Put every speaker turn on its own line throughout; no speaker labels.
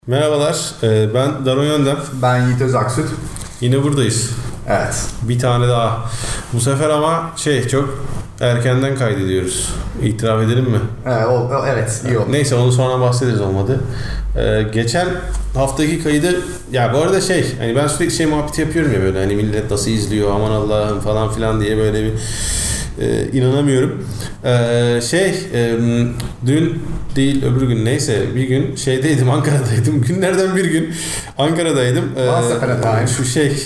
Merhabalar, ben Daron Yöndem.
Ben Yiğit Özaksüt.
Yine buradayız.
Evet.
Bir tane daha. Bu sefer ama çok erkenden kaydediyoruz. İtiraf edelim mi?
Evet, iyi oldu.
Neyse onu sonra bahsederiz, olmadı. Geçen haftaki kaydı, ya bu arada hani ben sürekli muhabbeti yapıyorum ya, böyle hani millet nasıl izliyor, aman Allah'ım falan filan diye böyle bir inanamıyorum. Dün değil öbür gün, neyse bir gün Ankara'daydım. Günlerden bir gün Ankara'daydım. Şu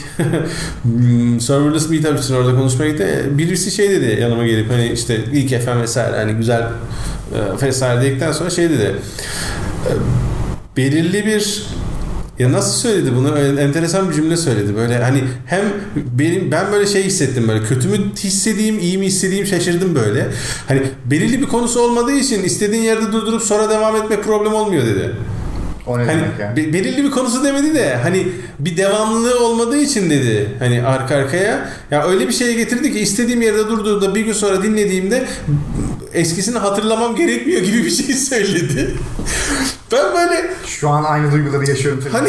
serverless meetup için orada konuşmaya gitti. Birisi dedi yanıma gelip, hani işte ilk FM vesaire, hani güzel vesaire dedikten sonra dedi. Belirli bir, ya nasıl söyledi bunu? Enteresan bir cümle söyledi. Böyle hani hem ben böyle hissettim, böyle kötü mü hissedeyim, iyi mi hissedeyim, şaşırdım böyle. Hani belirli bir konusu olmadığı için istediğin yerde durdurup sonra devam etmek problem olmuyor dedi.
O ne
hani
demek ya?
Belirli bir konusu demedi de hani bir devamlılığı olmadığı için dedi. Hani arka arkaya. Ya öyle bir şeye getirdi ki istediğim yerde durduğumda bir gün sonra dinlediğimde eskisini hatırlamam gerekmiyor gibi bir şey söyledi. Ben böyle
şu an aynı duyguları yaşıyorum.
Hani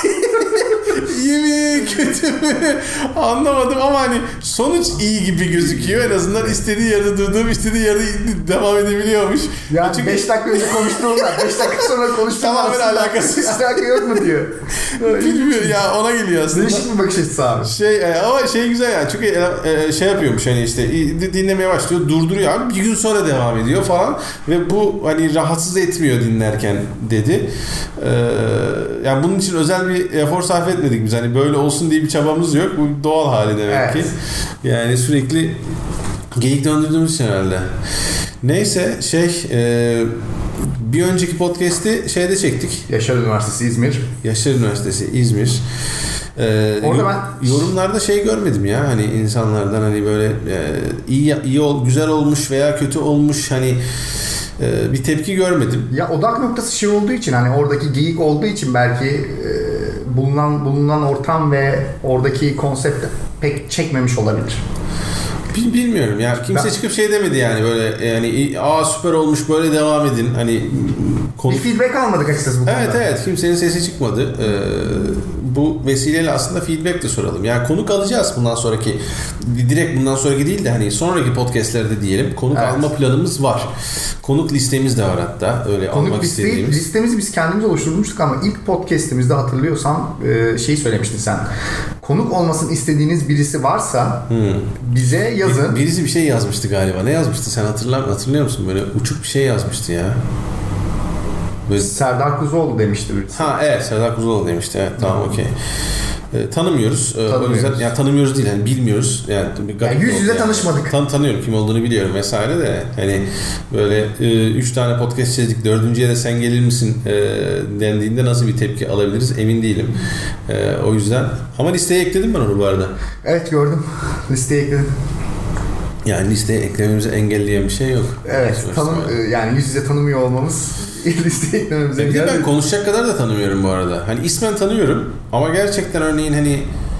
iyi mi kötü mü anlamadım ama hani sonuç iyi gibi gözüküyor. En azından istediği yerde durduğum, istediği yerde devam edebiliyormuş.
Yani çünkü 5 dakika önce konuştuğumda 5 dakika sonra konuştuğumda
tamamen alakasız.
Alaka yok mu diyor.
Bilmiyorum ya, ona geliyor aslında.
Değişik bir bakış açısı abi.
Ama güzel yani, çünkü yapıyormuş, hani işte dinlemeye başlıyor, durduruyor abi, bir gün sonra devam ediyor falan ve bu hani rahatsız etmiyor dinlerken dedi. Yani bunun için özel bir efor sarf etmedik biz, hani böyle olsun diye bir çabamız yok, bu doğal hali demek ki. Yani sürekli geyik döndürdüğümüz için herhalde. Neyse bir önceki podcast'i çektik.
Yaşar Üniversitesi İzmir.
Yaşar Üniversitesi İzmir.
Orada ben
yorumlarda görmedim ya, hani insanlardan hani böyle güzel olmuş veya kötü olmuş, hani bir tepki görmedim.
Ya odak noktası olduğu için, hani oradaki geyik olduğu için belki bulunan ortam ve oradaki konsept pek çekmemiş olabilir.
Bilmiyorum ya, kimse çıkıp demedi yani, böyle yani süper olmuş, böyle devam edin, hani
bir feedback almadık açıkçası bu konuda.
Evet, kimsenin sesi çıkmadı. Bu vesileyle aslında feedback de soralım. Yani konuk alacağız bundan sonraki, direkt bundan sonraki değil de hani sonraki podcastlerde diyelim, konuk alma planımız var. Konuk listemiz de var hatta, öyle konuk almak istediğimiz.
Listemizi biz kendimiz oluşturmuştuk ama ilk podcastimizde hatırlıyorsan söylemiştin sen. Konuk olmasını istediğiniz birisi varsa bize yazın.
Birisi bir şey yazmıştı galiba. Ne yazmıştı? Sen hatırlıyor musun? Böyle uçuk bir şey yazmıştı ya.
Böyle... Serdar Kuzuoğlu demişti birisi.
Evet, Serdar Kuzuoğlu demişti. Evet, tamam, okey. Tanımıyoruz. O yüzden yani tanımıyoruz değil, yani bilmiyoruz. Yani
yüz yüze tanışmadık.
Tanıyorum, kim olduğunu biliyorum vesaire de, hani böyle 3 tane podcast çektik, 4.'ye de sen gelir misin dendiğinde nasıl bir tepki alabiliriz emin değilim. O yüzden ama listeye ekledim ben onu bu arada.
Evet, gördüm. Listeye ekledim.
Yani listeye eklememizi engelleyen bir şey yok.
Evet, yani yüz yüze tanımıyor olmamız listeye eklememizi engelleyen.
Ben konuşacak kadar da tanımıyorum bu arada. Hani ismen tanıyorum ama gerçekten örneğin hani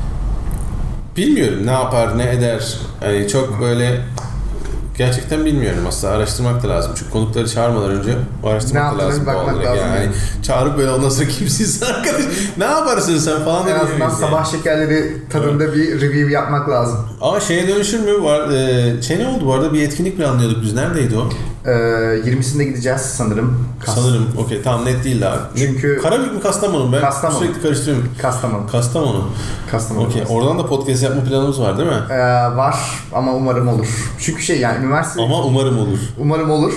bilmiyorum ne yapar, ne eder. Hani çok böyle gerçekten bilmiyorum aslında, araştırmak da lazım. Çünkü konukları çağırmadan önce araştırmak da lazım. Yani çağırıp böyle ondan sonra kimsin arkadaş, ne yaparsın sen falan.
En azından sabah şekerleri tadında bir review yapmak lazım.
Ama dönüşür mü? Ne oldu bu arada, bir etkinlik planlıyorduk biz, neredeydi o?
20'sinde gideceğiz sanırım.
Sanırım, okey, tamam, net değil daha.
Çünkü
Karabük mü, Kastamonu mu? Ben
Kastamonu.
Sürekli karıştırıyorum. Kastamonu. Okey, oradan da podcast yapma planımız var değil mi?
Var ama umarım olur. Çünkü yani üniversite...
Ama umarım olur.
Umarım olur.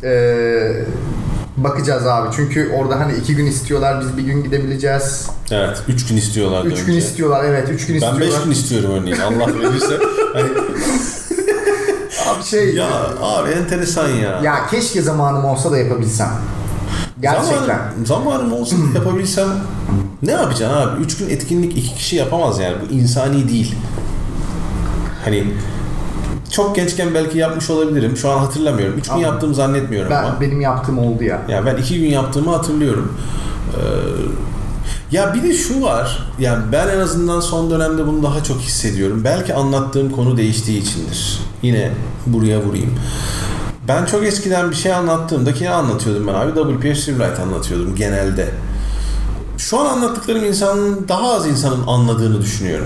Bakacağız abi. Çünkü orada hani 2 gün istiyorlar, biz bir gün gidebileceğiz.
Evet, 3 gün istiyorlar.
3 gün istiyorlar, evet, 3 gün istiyorlar.
Ben 5 gün istiyorum örneğin, Allah verirse. Hani...
Abi
ya abi enteresan ya.
Ya keşke zamanım olsa da yapabilsem. Gerçekten.
Zamanım olsa da yapabilsem ne yapacaksın abi? 3 gün etkinlik 2 kişi yapamaz yani. Bu insani değil. Hani çok gençken belki yapmış olabilirim. Şu an hatırlamıyorum. 3 gün yaptığımı zannetmiyorum ama.
Benim yaptığım oldu ya.
Ya ben 2 gün yaptığımı hatırlıyorum. Ya bir de şu var. Yani ben en azından son dönemde bunu daha çok hissediyorum. Belki anlattığım konu değiştiği içindir. Yine buraya vurayım. Ben çok eskiden bir şey anlattığımda, ki ne anlatıyordum ben abi? WPF Silverlight anlatıyordum genelde. şu an anlattıklarım daha az insanın anladığını düşünüyorum.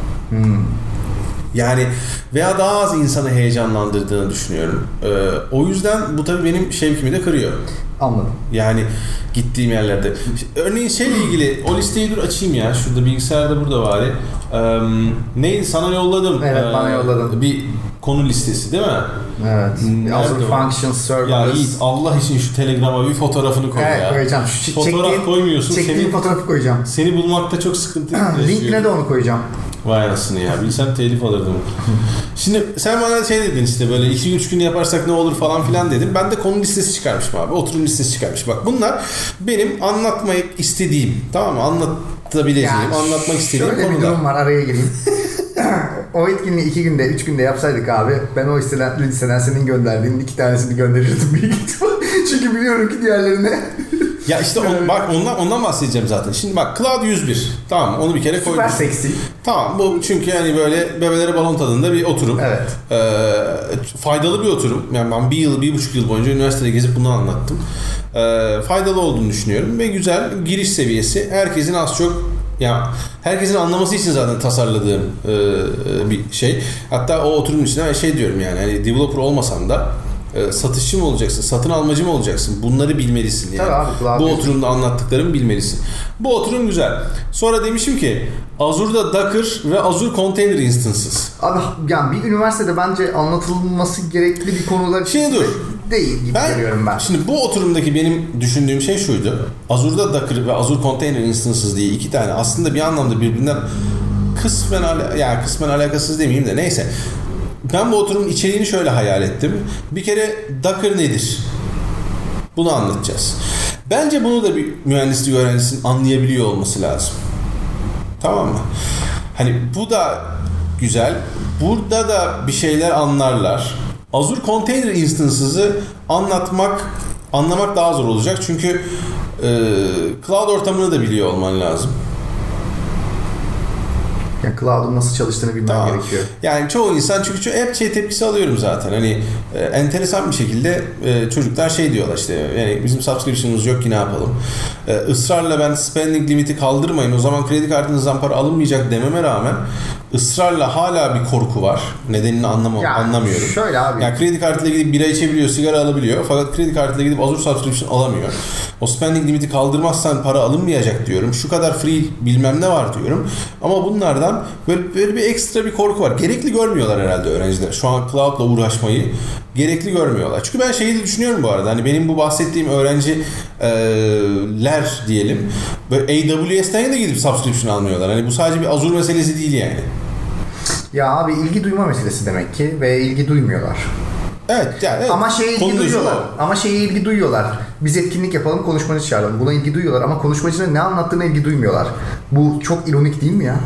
Yani veya daha az insanı heyecanlandırdığını düşünüyorum. O yüzden bu tabii benim şevkimi de kırıyor.
Anladım.
Yani gittiğim yerlerde. Örneğin şeyle ilgili o listeyi dur açayım ya. Şurada bilgisayarda burada bari. Neydi? Sana yolladım.
Evet, bana yolladın.
Bir konu listesi değil mi?
Evet. Azure Functions Serverless.
Ya Yiğit, Allah için şu Telegram'a bir fotoğrafını koy ya.
Koyacağım.
Fotoğraf koymuyorsun.
Çektiğim fotoğrafı koyacağım.
Seni bulmakta çok sıkıntı
Linkine de onu koyacağım.
Vay anasını ya. Bilsem telif alırdım. Şimdi sen bana şey dedin işte böyle 2-3 gün yaparsak ne olur falan filan dedim. Ben de konu listesi çıkarmışım abi. Oturum listesi çıkarmış. Bak bunlar benim anlatmayı istediğim, tamam mı? Anlatabileceğim, yani anlatmak istediğim konular.
Şöyle bir durum var, araya gireyim. O etkinliği 2 günde, 3 günde yapsaydık abi, ben o listeden senin gönderdiğin 2 tanesini gönderirdim büyük ihtimal. Çünkü biliyorum ki diğerlerine...
Ya işte bak ondan bahsedeceğim zaten. Şimdi bak Cloud 101. Tamam, onu bir kere koydum.
Süper seksi.
Tamam, bu çünkü yani böyle bebelere balon tadında bir oturum.
Evet.
Faydalı bir oturum. Yani ben 1,5 yıl boyunca üniversitede gezip bunu anlattım. Faydalı olduğunu düşünüyorum ve güzel giriş seviyesi. Herkesin az çok herkesin anlaması için zaten tasarladığım bir şey. Hatta o oturumun içinde şey diyorum yani hani developer olmasan da satışçı mı olacaksın, satın almacı mı olacaksın? Bunları bilmelisin yani.
Abi,
bu oturumda anlattıklarımı bilmelisin. Bu oturum güzel. Sonra demişim ki Azure'da Docker ve Azure Container Instances.
Abi yani bir üniversitede bence anlatılması gerekli bir konular
şimdi dur.
Değil gibi görüyorum ben.
Şimdi bu oturumdaki benim düşündüğüm şey şuydu. Azure'da Docker ve Azure Container Instances diye 2 tane aslında bir anlamda birbirinden kısmen alakasız demeyeyim de neyse. Ben bu oturumun içeriğini şöyle hayal ettim. Bir kere Docker nedir? Bunu anlatacağız. Bence bunu da bir mühendislik öğrencisinin anlayabiliyor olması lazım. Tamam mı? Hani bu da güzel. Burada da bir şeyler anlarlar. Azure Container Instances'ı anlamak daha zor olacak. Çünkü cloud ortamını da biliyor olman lazım.
Yani cloud'un nasıl çalıştığını bilmem gerekiyor.
Yani çoğu insan çünkü hep tepkisi alıyorum zaten. Hani enteresan bir şekilde çocuklar şey diyorlar işte yani bizim subscription'ımız yok ki ne yapalım. Israrla ben spending limiti kaldırmayın o zaman kredi kartınızdan para alınmayacak dememe rağmen ısrarla hala bir korku var. Nedenini anlamıyorum.
Şöyle abi.
Yani kredi kartıyla gidip bira içebiliyor, sigara alabiliyor. Fakat kredi kartıyla gidip Azure subscription alamıyor. O spending limiti kaldırmazsan para alınmayacak diyorum. Şu kadar free bilmem ne var diyorum. Ama bunlardan böyle bir ekstra bir korku var. Gerekli görmüyorlar herhalde öğrenciler. Şu an cloud'la uğraşmayı gerekli görmüyorlar. Çünkü ben şeyi de düşünüyorum bu arada. Hani benim bu bahsettiğim öğrenciler diyelim. Böyle AWS'ten de gidip subscription almıyorlar. Hani bu sadece bir Azure meselesi değil yani.
Ya abi ilgi duyma meselesi demek ki ve ilgi duymuyorlar.
Evet.
Ama şeye ilgi duyuyorlar. Biz etkinlik yapalım, konuşmacı çağıralım. Buna ilgi duyuyorlar ama konuşmacının ne anlattığına ilgi duymuyorlar. Bu çok ironik değil mi ya?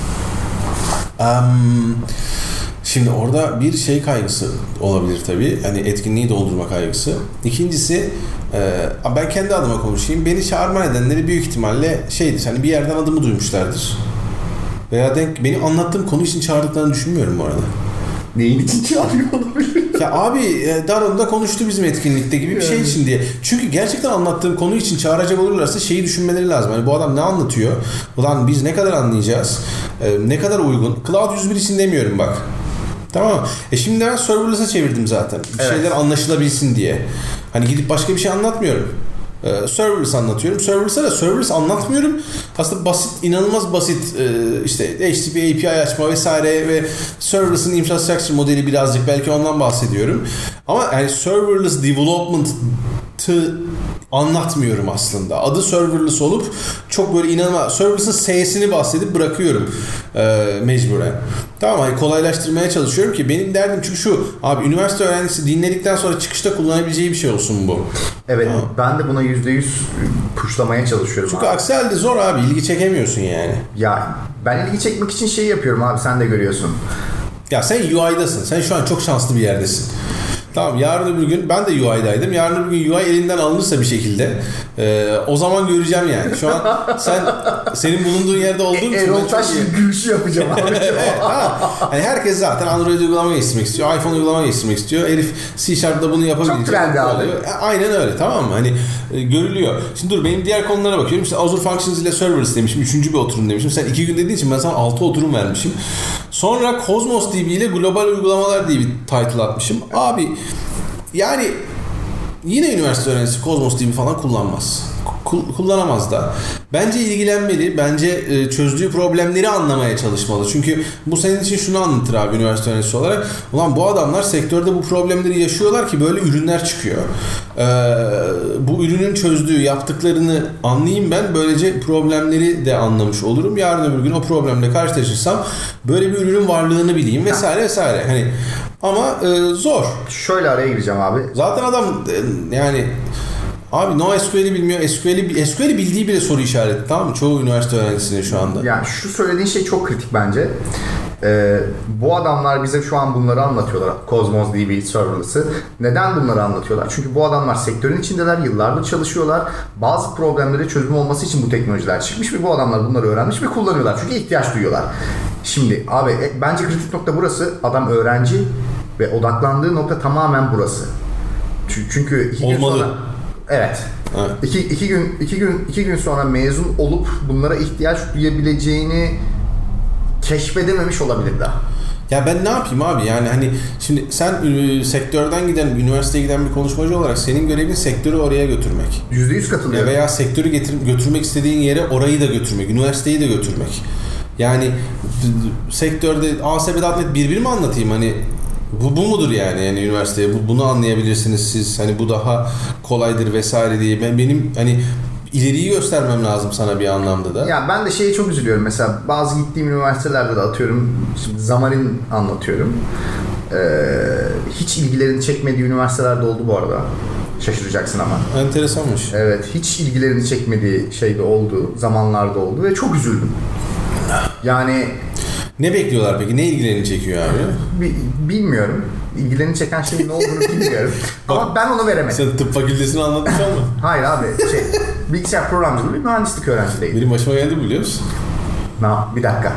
Şimdi orada bir şey kaygısı olabilir tabii. Hani etkinliği doldurma kaygısı. İkincisi ben kendi adıma konuşayım. Beni çağırma nedenleri büyük ihtimalle şeydir. Hani bir yerden adımı duymuşlardır. Veya benim anlattığım konu için çağırdıklarını düşünmüyorum bu arada.
Neyin için çağırıyor olabilir?
Ya abi Daron'da konuştu bizim etkinlikte gibi bir şey için diye. Çünkü gerçekten anlattığım konu için çağıracak olurlarsa şeyi düşünmeleri lazım. Hani bu adam ne anlatıyor? Ulan biz ne kadar anlayacağız? Ne kadar uygun? Cloud 101 için demiyorum bak. Tamam. Şimdi ben serverless'a çevirdim zaten. Bir şeyler anlaşılabilsin diye. Hani gidip başka bir şey anlatmıyorum. Serverless anlatıyorum. Serverless anlatmıyorum. Aslında basit, inanılmaz basit işte HTTP API açma vesaire ve serverless'ın infrastructure modeli birazcık belki ondan bahsediyorum. Ama yani serverless development'ı anlatmıyorum aslında. Adı serverless olup çok böyle inanılmaz serverless'ın S'sini bahsedip bırakıyorum mecburen. Tamam hani kolaylaştırmaya çalışıyorum ki benim derdim çünkü şu abi üniversite öğrencisi dinledikten sonra çıkışta kullanabileceği bir şey olsun bu.
Evet tamam. Ben de buna %100 puşlamaya çalışıyorum.
Çünkü aksi halde zor abi ilgi çekemiyorsun yani.
Ya ben ilgi çekmek için şey yapıyorum abi sen de görüyorsun.
Ya sen UI'dasın. Sen şu an çok şanslı bir yerdesin. Tamam, yarın öbür gün ben de UI'daydım. Yarın öbür gün UI elinden alınırsa bir şekilde o zaman göreceğim yani. Şu an senin bulunduğun yerde olduğum için
Erol Taş gülüşü yapacağım abi.
Evet, tamam. Yani herkes zaten Android uygulama geliştirmek istiyor. iPhone uygulama geliştirmek istiyor. Herif C#'da bunu yapabilecek.
Çok trendi abi.
Aynen öyle, tamam mı? Hani görülüyor. Şimdi dur, benim diğer konulara bakıyorum. İşte Azure Functions ile Serverless demişim. 3. bir oturum demişim. Sen 2 gün dediğin için ben sana 6 oturum vermişim. Sonra Cosmos DB ile global uygulamalar diye bir title atmışım. Abi yani yine üniversite öğrencisi Cosmos DB falan kullanmaz. Kullanamaz da. Bence ilgilenmeli. Bence çözdüğü problemleri anlamaya çalışmalı. Çünkü bu senin için şunu anlatır abi, üniversite öğrencisi olarak. Ulan bu adamlar sektörde bu problemleri yaşıyorlar ki böyle ürünler çıkıyor. Bu ürünün çözdüğü, yaptıklarını anlayayım ben. Böylece problemleri de anlamış olurum. Yarın öbür gün o problemle karşılaşırsam böyle bir ürünün varlığını bileyim vesaire vesaire. Hani ama zor.
Şöyle araya gireceğim abi.
Zaten adam yani abi NoSQL'i bilmiyor. SQL'i bildiği bile soru işareti, tamam mı? Çoğu üniversite öğrencisinin şu anda.
Yani şu söylediğin şey çok kritik bence. Bu adamlar bize şu an bunları anlatıyorlar. Cosmos DB Serverless'ı. Neden bunları anlatıyorlar? Çünkü bu adamlar sektörün içindeler. Yıllardır çalışıyorlar. Bazı problemlere çözüm olması için bu teknolojiler çıkmış ve bu adamlar bunları öğrenmiş ve kullanıyorlar. Çünkü ihtiyaç duyuyorlar. Şimdi abi bence kritik nokta burası. Adam öğrenci ve odaklandığı nokta tamamen burası. Çünkü
olmalı.
Sonra, evet. İki gün sonra mezun olup bunlara ihtiyaç duyabileceğini keşfedememiş olabilir daha.
Ya ben ne yapayım abi, yani hani şimdi sen sektörden giden, üniversiteye giden bir konuşmacı olarak senin görevin sektörü oraya götürmek.
%100 katılıyorum.
Veya sektörü götürmek istediğin yere orayı da götürmek, üniversiteyi de götürmek. Yani sektörde ASP.NET bir mi anlatayım, hani bu mudur yani üniversiteye bunu anlayabilirsiniz siz, hani bu daha kolaydır vesaire diye benim hani ileriyi göstermem lazım sana bir anlamda da.
Ya ben de şeye çok üzülüyorum mesela, bazı gittiğim üniversitelerde de atıyorum şimdi Xamarin anlatıyorum. Hiç ilgilerini çekmediği üniversitelerde oldu bu arada. Şaşıracaksın ama.
Enteresanmış.
Evet, hiç ilgilerini çekmediği şeyde oldu, zamanlarda oldu ve çok üzüldüm. Yani
ne bekliyorlar peki? Ne ilgilerini çekiyor abi?
Bilmiyorum. İlgilerini çeken şeyin ne olduğunu bilmiyorum. Ama ben onu veremedim.
Sen tıp fakültesini anlatmış mı?
Hayır abi. Bilgisayar programcılığı bir mühendislik öğrencisiydim.
Benim başıma geldi biliyor musun?
Bir dakika.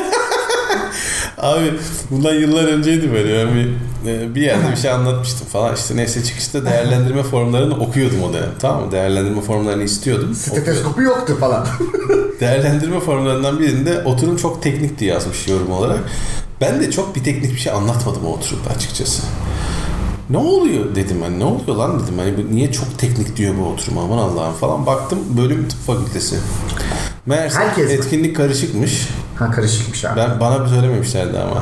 Abi bundan yıllar önceydi böyle. Ben bir yerde bir şey anlatmıştım falan. İşte neyse çıkışta değerlendirme formlarını okuyordum o dönem. Tamam mı? Değerlendirme formlarını istiyordum.
Stetoskopu yoktu falan.
Değerlendirme formlarından birinde oturum çok teknik diye yazmış yorum olarak. Ben de çok bir teknik bir şey anlatmadım o oturumda açıkçası. Ne oluyor dedim, hani ne oluyor lan dedim, hani niye çok teknik diyor bu oturum, aman Allah'ım falan, baktım bölüm tıp fakültesi. Meğerse
herkes
etkinlik mi? Karışıkmış.
Karışıkmış abi.
Bana bir söylememişlerdi ama.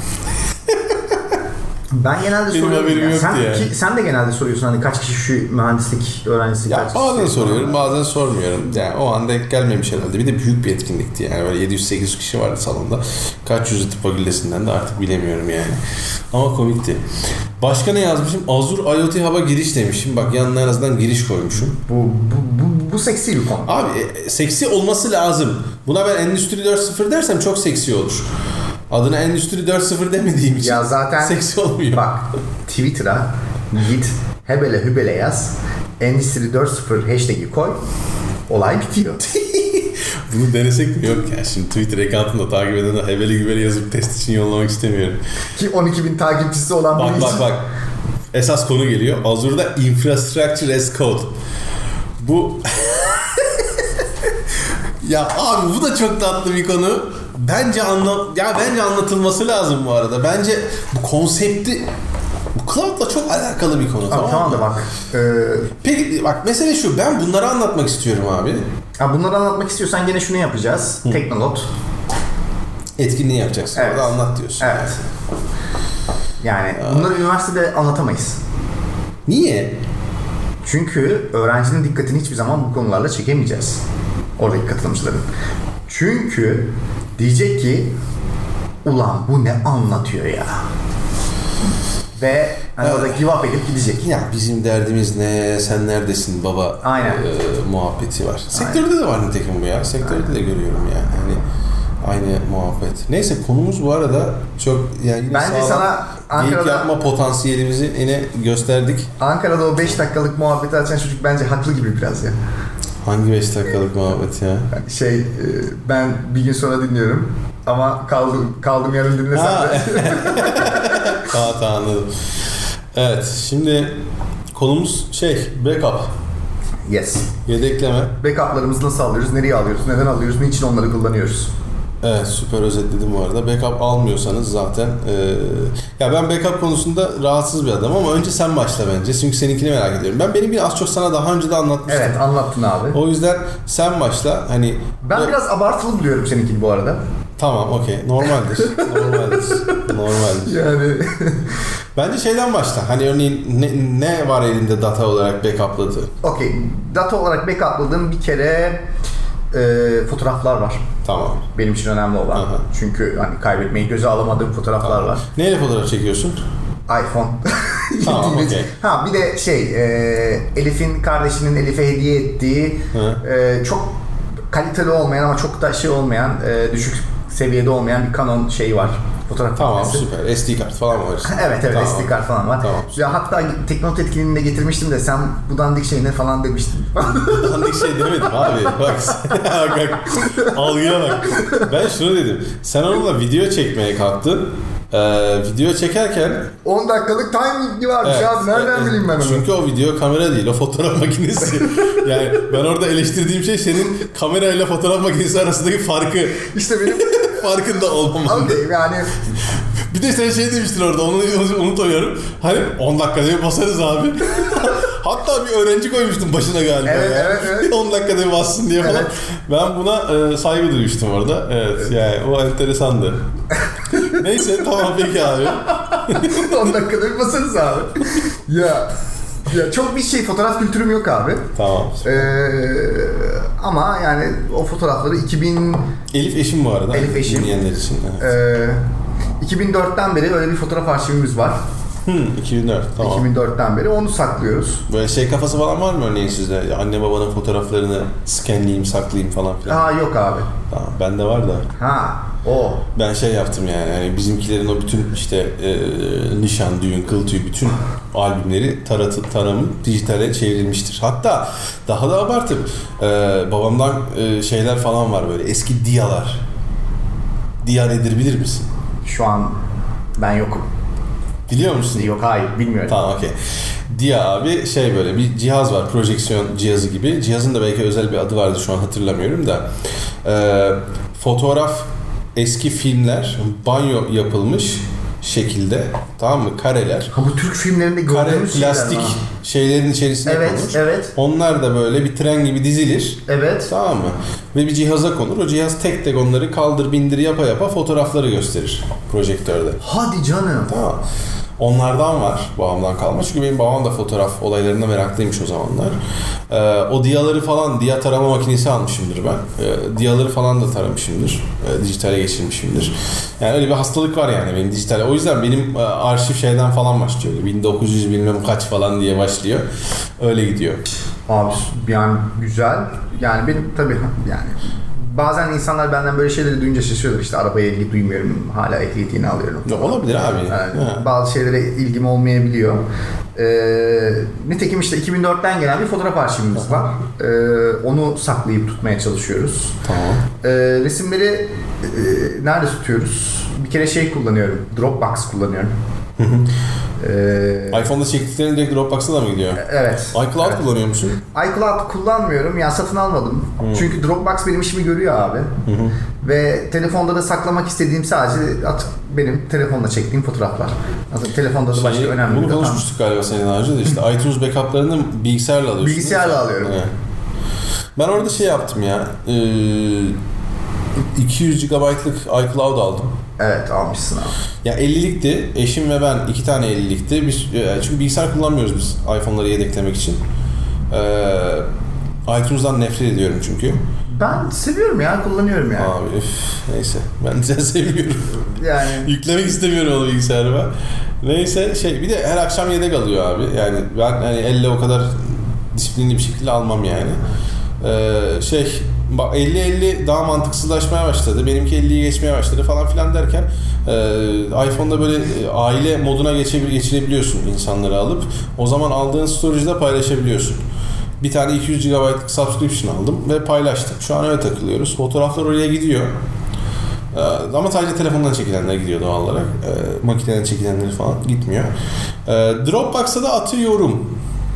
Ben genelde soruyorum. Sen de genelde soruyorsun hani kaç kişi şu mühendislik öğrencisi.
Ya bazen soruyorum, bazen sormuyorum. Yani o anda denk gelmemiş herhalde. Bir de büyük bir etkinlikti yani. Böyle 700-800 kişi vardı salonda. Kaç yüzü tıp fakültesinden de artık bilemiyorum yani. Ama komikti. Başka ne yazmışım? Azure IoT Hub'a giriş demişim. Bak yanına en azından giriş koymuşum.
Bu seksi bir konu.
Abi seksi olması lazım. Buna ben Endüstri 4.0 dersem çok seksi olur. Adına Endüstri 4.0 demediğim için
ya zaten
seksi olmuyor.
Bak Twitter'a git hebele hübele yaz. Endüstri 4.0 hashtag'i koy. Olay bitiyor.
Bunu denesek mi? Yok ya. Şimdi Twitter account'ını takip eden hebele gübele yazıp test için yollamak istemiyorum.
Ki 12.000 takipçisi olan biri için.
Bak. Esas konu geliyor. Azure'da Infrastructure as Code. Bu ya abi bu da çok tatlı bir konu. Bence anlatılması lazım bu arada. Bence bu konsepti bu cloud'la çok alakalı bir konu.
Tamam da bak.
Peki bak mesele şu. Ben bunları anlatmak istiyorum abi.
Bunları anlatmak istiyorsan gene şunu yapacağız. Teknolot.
Etkinliği yapacaksın.
Evet.
Orada anlat diyorsun.
Evet. Yani bunları üniversitede anlatamayız.
Niye?
Çünkü öğrencinin dikkatini hiçbir zaman bu konularla çekemeyeceğiz. Oradaki katılımcıların. Çünkü diyecek ki ulan bu ne anlatıyor ya. Ve hani orada give up edip gidecek.
Ya bizim derdimiz ne? Sen neredesin baba?
Aynen.
Muhabbeti var. Sektörde de var nitekim bu ya. Sektörde de görüyorum yani. Hani Aynı muhabbet. Neyse konumuz bu arada çok yani yine
bence sana
geyik yapma potansiyelimizi yine gösterdik.
Ankara'da o 5 dakikalık muhabbeti açan çocuk bence haklı gibi biraz ya.
Hangi 5 dakikalık muhabbet ya?
Ben bir gün sonra dinliyorum ama kaldım yarın dinlesem de.
Tamam anladım. Evet şimdi konumuz backup.
Yes.
Yedekleme.
Backup'larımızı nasıl alıyoruz, nereye alıyoruz, neden alıyoruz, niçin onları kullanıyoruz?
Evet süper özetledim bu arada. Backup almıyorsanız zaten ya ben backup konusunda rahatsız bir adamım ama önce sen başla bence. Çünkü seninkini merak ediyorum. Benim az çok sana daha önce de anlatmıştım.
Evet anlattın abi.
O yüzden sen başla. Hani
ben biraz abartılı buluyorum seninkini bu arada.
Tamam okey. Normaldir.
Yani
bence şeyden başla. Hani örneğin ne var elinde data olarak backupladığı?
Okey. Data olarak backupladığım bir kere fotoğraflar var.
Tamam.
Benim için önemli olan.
Aha.
Çünkü hani kaybetmeyi göze alamadığım fotoğraflar var.
Neyle fotoğraf çekiyorsun?
iPhone.
Tamam okey.
Bir de Elif'in kardeşinin Elif'e hediye ettiği çok kaliteli olmayan ama çok da olmayan düşük seviyede olmayan bir Canon var. Fotoğraf
tamam
makinesi.
süper. SD kart falan var.
evet tamam. SD kart falan var.
Tamam.
Ya hatta Teknonet etkinliğinde getirmiştim de sen bu dandik ne falan demiştin.
Dandik demedim abi. Bak algıya bak. Ben şunu dedim. Sen onunla video çekmeye kalktın. Video çekerken
10 dakikalık timingi varmış abi. Nereden bileyim ben onu?
Çünkü o video kamera değil, o fotoğraf makinesi. Yani ben orada eleştirdiğim şey senin kamerayla fotoğraf makinesi arasındaki farkı.
İşte benim
farkında olmam.
Okay, yani
bir de sen demiştin orada, onu unutamıyorum. Hani 10 dakikada basarız abi. Hatta bir öğrenci koymuştum başına galiba.
Evet.
10 dakikada bassın diye falan. Evet. Ben buna saygı duymuştum orada. Evet yani o enteresandı. Neyse tamam peki abi.
10 dakikada basarız abi. Ya çok bir fotoğraf kültürüm yok abi.
Tamam.
Ama yani o fotoğrafları
Elif eşim bu arada.
Elif eşim.
Dinleyenler için. Evet.
2004'ten beri öyle bir fotoğraf arşivimiz var.
2004 tamam.
2004'ten beri onu saklıyoruz.
Böyle kafası falan var mı örneğin sizde? Anne babanın fotoğraflarını scanleyeyim, saklayayım falan filan.
Yok abi.
Tamam, bende var da.
O.
Ben yaptım yani bizimkilerin o bütün nişan, düğün, kıl tüy bütün albümleri taramı dijitale çevrilmiştir. Hatta daha da abartıp babamdan şeyler falan var böyle eski diyalar. Diya nedir bilir misin?
Şu an ben yokum.
Biliyor musun?
Yok hayır bilmiyorum.
Tamam okey. Dia abi böyle bir cihaz var, projeksiyon cihazı gibi. Cihazın da belki özel bir adı vardı şu an hatırlamıyorum da. Fotoğraf, eski filmler, banyo yapılmış şekilde, tamam mı? Kareler.
Bu Türk filmlerinde gördüğümüz
plastik şeylerin içerisine konur.
Evet.
Onlar da böyle bir tren gibi dizilir.
Evet.
Tamam mı? Ve bir cihaza konur. O cihaz tek tek onları kaldır bindir yapa fotoğrafları gösterir projektörde.
Hadi canım.
Tamam. Onlardan var babamdan kalma. Çünkü benim babam da fotoğraf olaylarına meraklıymış o zamanlar. O diyaları falan, diya tarama makinesi almışımdır ben. Diyaları falan da taramışımdır. Dijitale geçirmişimdir. Yani öyle bir hastalık var yani benim dijitale. O yüzden benim arşiv falan başlıyor. 1900 bilmem kaç falan diye başlıyor. Öyle gidiyor. Abi
yani güzel. Yani benim tabii yani bazen insanlar benden böyle şeyleri duyunca şaşırıyorlar. İşte arabaya ilgi duymuyorum. Hala ehliyetini alıyorum.
Olabilir abi.
Yani bazı şeylere ilgim olmayabiliyor. Nitekim 2004'ten gelen bir fotoğraf arşivimiz var. Onu saklayıp tutmaya çalışıyoruz.
Tamam.
Resimleri nerede tutuyoruz? Bir kere kullanıyorum. Dropbox kullanıyorum.
iPhone'da çektiklerin direkt Dropbox'a da mı gidiyor?
Evet.
iCloud kullanıyor musun?
iCloud kullanmıyorum. Ya satın almadım. Çünkü Dropbox benim işimi görüyor abi. Ve telefonda da saklamak istediğim sadece benim telefonla çektiğim fotoğraflar. Telefonda da başka önemli.
Bunu konuşmuştuk galiba senin daha önce de iTunes backup'larını bilgisayarla alıyorsun.
Bilgisayarla alıyorum.
Evet. Ben orada yaptım ya. 200 GB'lık iCloud aldım.
Evet almışsın abi.
Ya 50'likti. Eşim ve ben 2 tane 50'likti. Çünkü bilgisayar kullanmıyoruz biz iPhone'ları yedeklemek için. iTunes'dan nefret ediyorum çünkü.
Ben seviyorum ya, kullanıyorum yani.
Abi neyse. Ben de seviyorum.
Yani
yüklemek istemiyorum onu bilgisayarıma. Neyse bir de her akşam yedek alıyor abi. Yani ben elle o kadar disiplinli bir şekilde almam yani. Bak 50-50 daha mantıksızlaşmaya başladı. Benimki 50'yi geçmeye başladı falan filan derken iPhone'da böyle aile moduna geçirebiliyorsun insanları alıp. O zaman aldığın storage'da paylaşabiliyorsun. Bir tane 200 GB'lık subscription aldım ve paylaştım. Şu an öyle takılıyoruz. Fotoğraflar oraya gidiyor. Ama sadece telefondan çekilenler gidiyor doğal olarak. Makineden çekilenleri falan gitmiyor. Dropbox'a da atıyorum.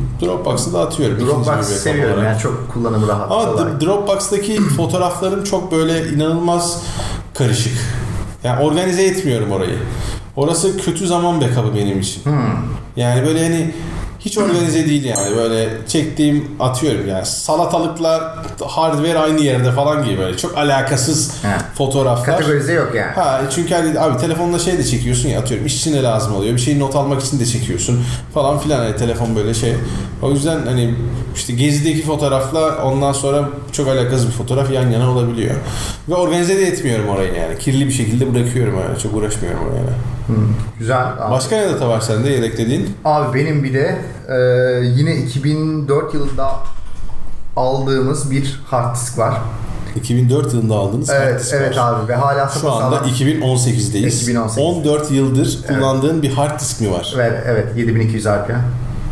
Dropbox seviyorum yani çok kullanımı rahat.
Ama Dropbox'taki fotoğraflarım çok böyle inanılmaz karışık. Yani organize etmiyorum orayı. Orası kötü zaman backup'ı benim için. Yani böyle hani hiç organize değil yani. Böyle çektiğim atıyorum yani salatalıkla hardware aynı yerde falan gibi böyle çok alakasız fotoğraflar.
Kategorize yok yani.
Çünkü hani abi telefonla şey de çekiyorsun ya atıyorum iş için de lazım oluyor. Bir şeyi not almak için de çekiyorsun falan filan hani telefon böyle şey. O yüzden hani işte gezideki fotoğrafla ondan sonra çok alakasız bir fotoğraf yan yana olabiliyor. Ve organize de etmiyorum orayı yani. Kirli bir şekilde bırakıyorum yani. Çok uğraşmıyorum oraya.
Güzel. Abi.
Başka ne data var sende yedeklediğin?
Abi benim bir de yine 2004 yılında aldığımız bir hard disk var.
2004 yılında aldığınız hard disk var.
Evet abi ve hala
şu anda 2018'deyiz.
2018.
14 yıldır kullandığın bir hard disk mi var?
Evet 7200 RPM.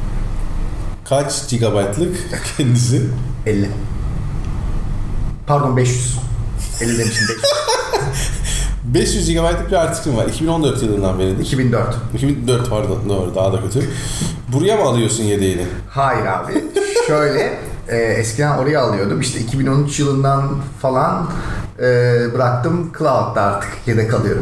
Kaç gigabaytlık kendisi?
50. Pardon 500. 50 demişim 500.
500 GB'lık bir hard disk mi var? 2014 yılından beridir.
2004.
2004 pardon doğru daha da kötü. Buraya mı alıyorsun yedeğini?
Hayır abi. Şöyle eskiden oraya alıyordum. İşte 2013 yılından falan bıraktım. Cloud'da artık yedek alıyorum.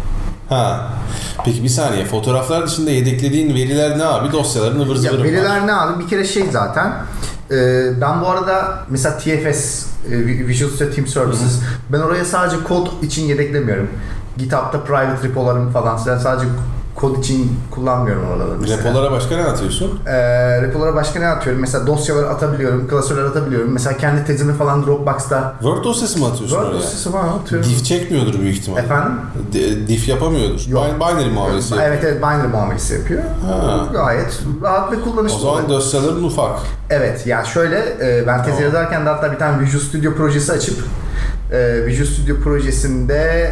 Peki bir saniye. Fotoğraflar dışında yedeklediğin veriler ne abi? Dosyaların ıvır zıvırı var.
Veriler ne abi? Bir kere zaten. Ben bu arada mesela TFS, Visual Studio Team Services, ben oraya sadece kod için yedeklemiyorum. GitHub'da private repolarım falan sadece kod için kullanmıyorum oraları mesela.
Repolara başka ne atıyorsun?
Repolara başka ne atıyorum? Mesela dosyaları atabiliyorum, klasörler atabiliyorum. Mesela kendi tezimi falan Dropbox'ta.
Word dosyası mı atıyorsun
oraya?
Word
dosyası falan atıyorum.
Diff çekmiyordur büyük ihtimalle.
Efendim?
Diff yapamıyordur. Binary muamelesi yapıyor.
Evet binary muamelesi yapıyor. Gayet rahat ve kullanışlı.
O zaman dosyaların ufak.
Evet yani şöyle ben tezi yazarken de hatta bir tane Visual Studio projesi açıp Visual Studio projesinde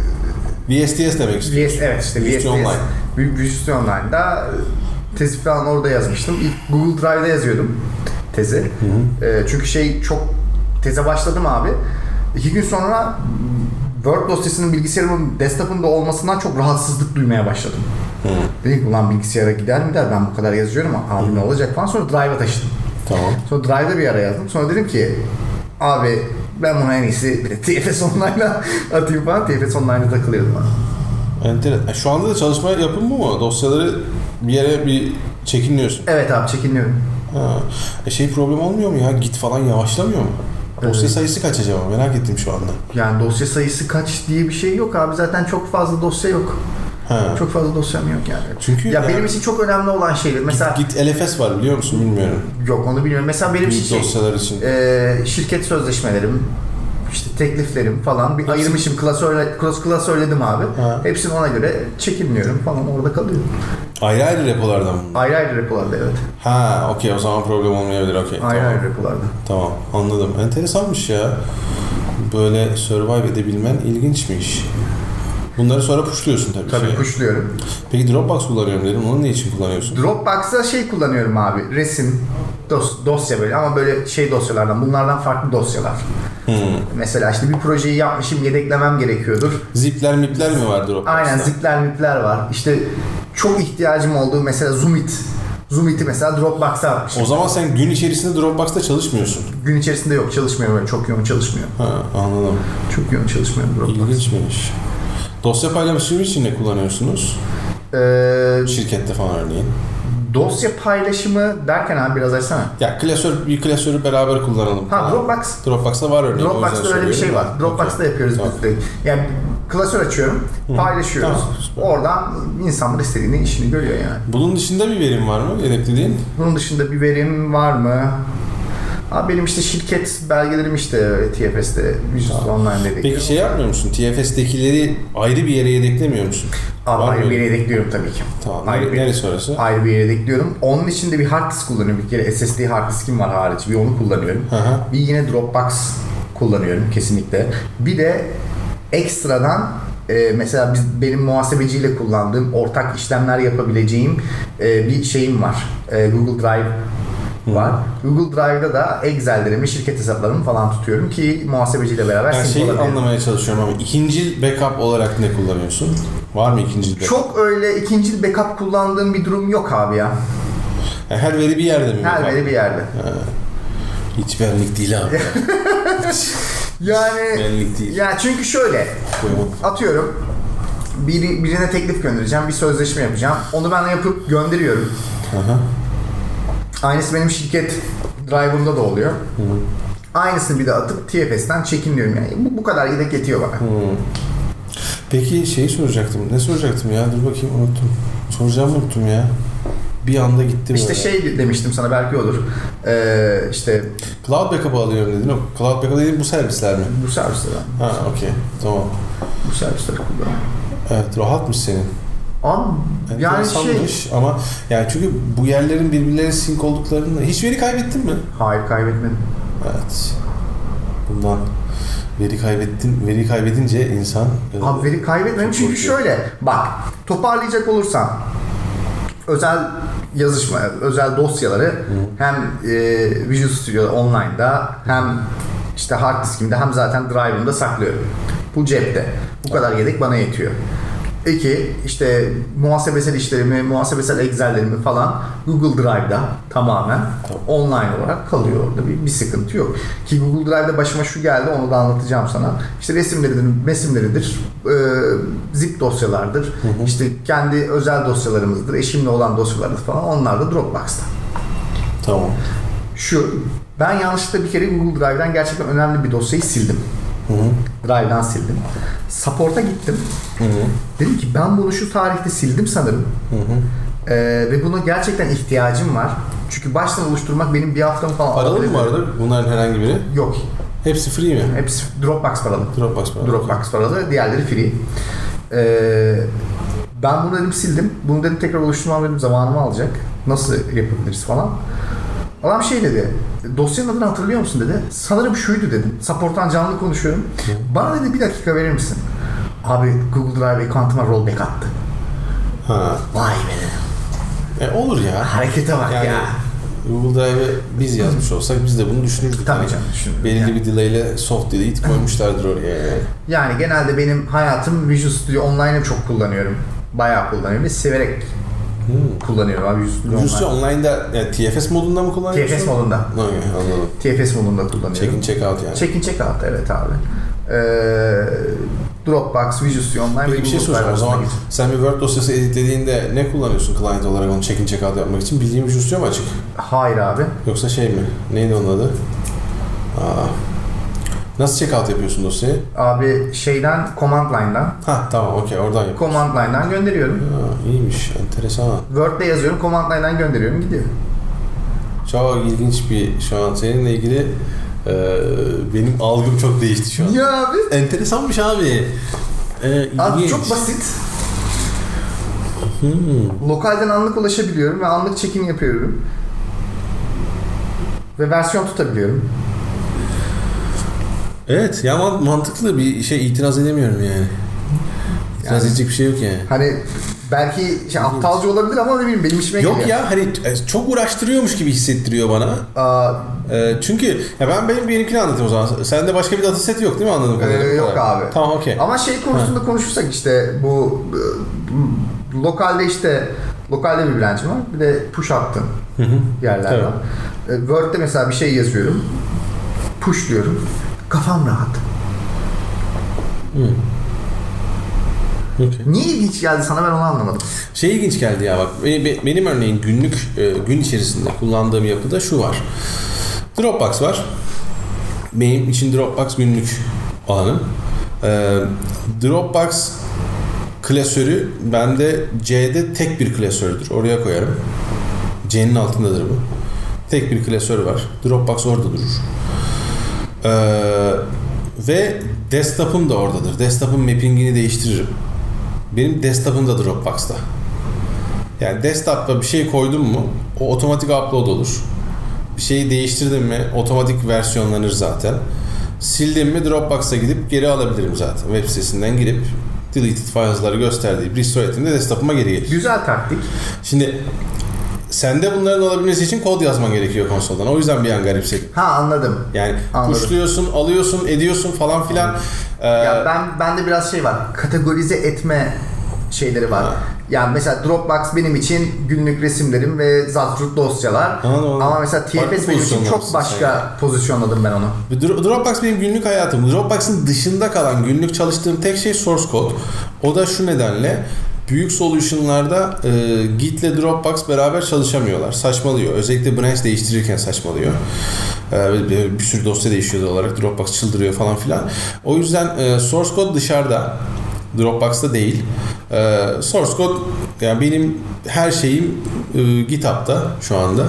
VSTS demek istiyorsun.
Evet işte VSTS. Visual Studio Online'da tezi falan orada yazmıştım. İlk Google Drive'da yazıyordum tezi. Çünkü çok teze başladım abi. 2 gün sonra Word dosyasının bilgisayarımın desktop'ında olmasından çok rahatsızlık duymaya başladım. Dedim ki ulan bilgisayara gider mi der ben bu kadar yazıyorum abi ne olacak falan sonra Drive'a taşıdım.
Tamam.
Sonra Drive'da bir ara yazdım. Sonra dedim ki abi ben buna en iyisi bir de TFS Online'la atayım falan. TFS Online'da takılıyordum abi.
Enteresan. Şu anda da çalışma yapın bu mu? Dosyaları bir yere çekinliyorsun.
Evet abi çekinliyorum.
Problem olmuyor mu ya? Git falan yavaşlamıyor mu? Dosya sayısı kaç acaba? Merak ettim şu anda.
Yani dosya sayısı kaç diye bir şey yok abi. Zaten çok fazla dosya yok. Çok fazla dosyam yok yani.
Çünkü
ya benim için çok önemli olan şeyler. Mesela
Git LFS var biliyor musun bilmiyorum.
Yok onu bilmiyorum. Mesela benim için
dosyalar için.
Şirket sözleşmelerim, işte tekliflerim falan bir ayırmışım, klasörledim abi. Hepsini ona göre çekilmiyorum falan orada kalıyor.
Ayrı ayrı repolardan mı?
Ayrı ayrı repolarda evet.
Okey o zaman problem olmayabilir okey.
Ayrı ayrı repolarda.
Tamam anladım. Enteresanmış ya. Böyle survive edebilmen ilginçmiş. Bunları sonra pushluyorsun tabii.
Tabii pushluyorum.
Peki Dropbox kullanıyorum dedim. Onu ne için kullanıyorsun?
Dropbox'ta kullanıyorum abi. Resim, dosya böyle ama böyle dosyalardan. Bunlardan farklı dosyalar. Mesela işte bir projeyi yapmışım, yedeklemem gerekiyordur.
Zipler mi var Dropbox'ta?
Aynen zipler var. İşte çok ihtiyacım olduğu mesela Zoom'iti mesela Dropbox'a atmışım.
O zaman sen gün içerisinde Dropbox'ta çalışmıyorsun.
Gün içerisinde yok çalışmıyorum öyle. Çok yoğun çalışmıyorum.
Anladım.
Çok yoğun çalışmıyorum Dropbox'ta.
İlginçmiş. Dosya paylaşımı için ne kullanıyorsunuz? Şirkette falan örneğin.
Dosya paylaşımı derken abi biraz açsana.
Ya bir klasörü beraber kullanalım. Dropbox'ta var örneğin.
Dropbox'ta öyle bir şey var. Dropbox'ta yapıyoruz biz de. Yani klasör açıyorum, paylaşıyoruz. Oradan insanlar istediğini işini görüyor yani.
Bunun dışında bir verim var mı yedeklediğin?
Bunun dışında bir verim var mı? Abi benim şirket belgelerim TFS'te Visual Online'da yedekliyorum.
Peki yapmıyor musun? TFS'tekileri ayrı bir yere yedeklemiyor musun?
Ayrı bir yere yedekliyorum tabii ki.
Tamam. Neresi orası?
Ayrı bir yere yedekliyorum. Onun için de bir hard disk kullanıyorum. Bir kere SSD hard diskim var hariç. Bir onu kullanıyorum. Bir yine Dropbox kullanıyorum kesinlikle. Bir de ekstradan mesela benim muhasebeciyle kullandığım, ortak işlemler yapabileceğim bir şeyim var. Google Drive var. Google Drive'da da Excel'lerimi, şirket hesaplarımı falan tutuyorum ki muhasebeciyle beraber
Ben
sync olabilirim.
Anlamaya çalışıyorum ama ikincil backup olarak ne kullanıyorsun? Var mı ikincil backup?
Çok öyle ikincil backup kullandığım bir durum yok abi ya.
Yani her veri bir yerde mi?
Her veri bir yerde.
Hiç benlik değil abi.
Yani
benlik değil.
ya çünkü şöyle atıyorum birine teklif göndereceğim, bir sözleşme yapacağım. Onu ben yapıp gönderiyorum.
Aha.
Aynısı benim şirket drive'ımda da oluyor. Aynısını bir de atıp TFS'ten çekinliyorum yani. Bu kadar yedek yetiyor bana.
Peki şeyi soracaktım. Ne soracaktım ya? Dur bakayım unuttum. Soracağımı unuttum ya. Bir anda gitti
İşte
böyle.
şey demiştim sana, belki olur. İşte
Cloud backup alıyorum dedin. O cloud backup dediğin bu servisler mi?
bu servisleri.
Ha okey. Tamam.
Bu servisleri kullanıyorum.
Evet, rahatmış senin.
Abi yani
Enteresanmış ama yani çünkü bu yerlerin birbirlerine sync olduklarını hiç veri kaybettin mi?
Hayır, kaybetmedim.
Evet. Bundan veri kaybedince insan
Abi veri kaybetmedim çünkü
korkuyor.
şöyle bak, toparlayacak olursam özel yazışma, özel dosyaları hem Visual Studio Online'da hem işte hard diskimde hem zaten drive'ımda saklıyorum. Bu cepte. Bu kadar yedek bana yetiyor. 2. işte muhasebesel işlerimi, muhasebesel Excel'lerimi falan Google Drive'da tamamen online olarak kalıyor orada. Bir sıkıntı yok. Ki Google Drive'da başıma şu geldi, onu da anlatacağım sana. İşte resimleridir, zip dosyalardır, işte kendi özel dosyalarımızdır, eşimle olan dosyalardır falan. Onlar da Dropbox'ta.
Tamam.
Ben yanlışlıkla bir kere Google Drive'dan gerçekten önemli bir dosyayı sildim. Drive'dan sildim. Support'a gittim. Dedim ki ben bunu şu tarihte sildim sanırım. Ve buna gerçekten ihtiyacım var. Çünkü baştan oluşturmak benim bir haftamı falan
Paralı
alabilir.
mı vardı bunların herhangi biri?
Yok.
Hepsi free mi?
Hepsi Dropbox paralı.
Dropbox
paralı. Diğerleri free. Ben bunu dedim sildim. Bunu dedim tekrar oluşturmam dedim zamanımı alacak. Nasıl yapabiliriz falan. Adam şey dedi, dosyanın adını hatırlıyor musun dedi. Sanırım şuydu dedim. Support'tan canlı konuşuyorum. Bana dedi bir dakika verir misin? Abi Google Drive account'ıma rollback attı.
Ha.
Vay be dedim.
Olur ya.
Harekete bak
yani,
ya.
Google Drive'ı biz yazmış olsak biz de bunu düşünürdük.
Tabii canım, düşünürdük.
Belli
Yani.
bir delay ile soft delete koymuşlardır oraya.
Yani genelde benim hayatım Visual Studio Online'ı çok kullanıyorum. Bayağı kullanıyorum ve severek kullanıyorum abi Visual Studio Online.
Online'da yani TFS modunda mı kullanıyorsun?
TFS modunda.
Okay, anladım.
TFS modunda kullanıyorum.
Check-in check-out yani.
Check-in check-out evet abi. Dropbox, Visual Studio Online.
Peki bir şey soracağım. O zaman sen bir Word dosyası editlediğinde ne kullanıyorsun client olarak onu check-in check-out yapmak için? Bildiğin Visual Studio mu açık?
Hayır abi.
Yoksa şey mi? Neydi onun adı? Nasıl check-out yapıyorsun dosyayı?
Abi şeyden, command line'dan.
Tamam okey oradan yapıyorsun.
Command line'dan gönderiyorum.
İyiymiş, enteresan.
Word'de yazıyorum, command line'dan gönderiyorum, gidiyor.
Çok ilginç bir şu an seninle ilgili benim algım çok değişti şu an.
Ya abi.
Enteresanmış abi.
Abi çok basit. Lokalden anlık ulaşabiliyorum ve anlık check-in yapıyorum. Ve versiyon tutabiliyorum.
Evet ya mantıklı bir şey, itiraz edemiyorum yani. İtiraz edecek bir şey yok yani.
Hani belki aptalca olabilir ama ne bileyim benim işime geliyor.
Yok ya hani çok uğraştırıyormuş gibi hissettiriyor bana. Çünkü ya benim benimkini anlatayım o zaman. Sende başka bir dataset yok değil mi anladığım kadarıyla?
Yok abi.
Tamam okey.
Ama şey konusunda konuşursak işte bu lokalde bir branch'im var. Bir de push attım yerler var. Word'de mesela bir şey yazıyorum. Push diyorum. Kafam rahat.
Okay.
Niye ilginç geldi sana, ben onu anlamadım.
Şey ilginç geldi ya bak. Benim örneğin günlük gün içerisinde kullandığım yapıda şu var. Dropbox var. Benim için Dropbox günlük alanım. Dropbox klasörü bende C'de tek bir klasördür. Oraya koyarım. C'nin altındadır bu. Tek bir klasör var. Dropbox orada durur. Ve desktop'um da oradadır. Desktop'un mappingini değiştiririm. Benim desktop'um da Dropbox'ta. Yani desktop'ta bir şey koydum mu o otomatik upload olur. Bir şeyi değiştirdim mi otomatik versiyonlanır zaten. sildim mi Dropbox'a gidip geri alabilirim zaten. Web sitesinden girip deleted files'ları gösterdiği restore ettiğimde desktop'uma geri gelir.
Güzel taktik.
Şimdi sende bunların olabilmesi için kod yazman gerekiyor konsoldan. O yüzden bir an garipsedim.
Ha, anladım.
Yani
Anladım.
pushluyorsun, alıyorsun, ediyorsun falan filan.
Ya bende biraz şey var. Kategorize etme şeyleri var. Yani mesela Dropbox benim için günlük resimlerim ve zatrut dosyalar. Ama mesela TFS benim için çok başka pozisyonladım ben onu.
Dropbox benim günlük hayatım. Dropbox'ın dışında kalan günlük çalıştığım tek şey source code. O da şu nedenle: büyük solution'larda Git ile Dropbox beraber çalışamıyorlar. Saçmalıyor. Özellikle branch değiştirirken saçmalıyor. Bir sürü dosya değişiyor olarak Dropbox çıldırıyor falan filan. O yüzden source code dışarıda. Dropbox'ta değil. Source code, yani benim her şeyim GitHub'da şu anda.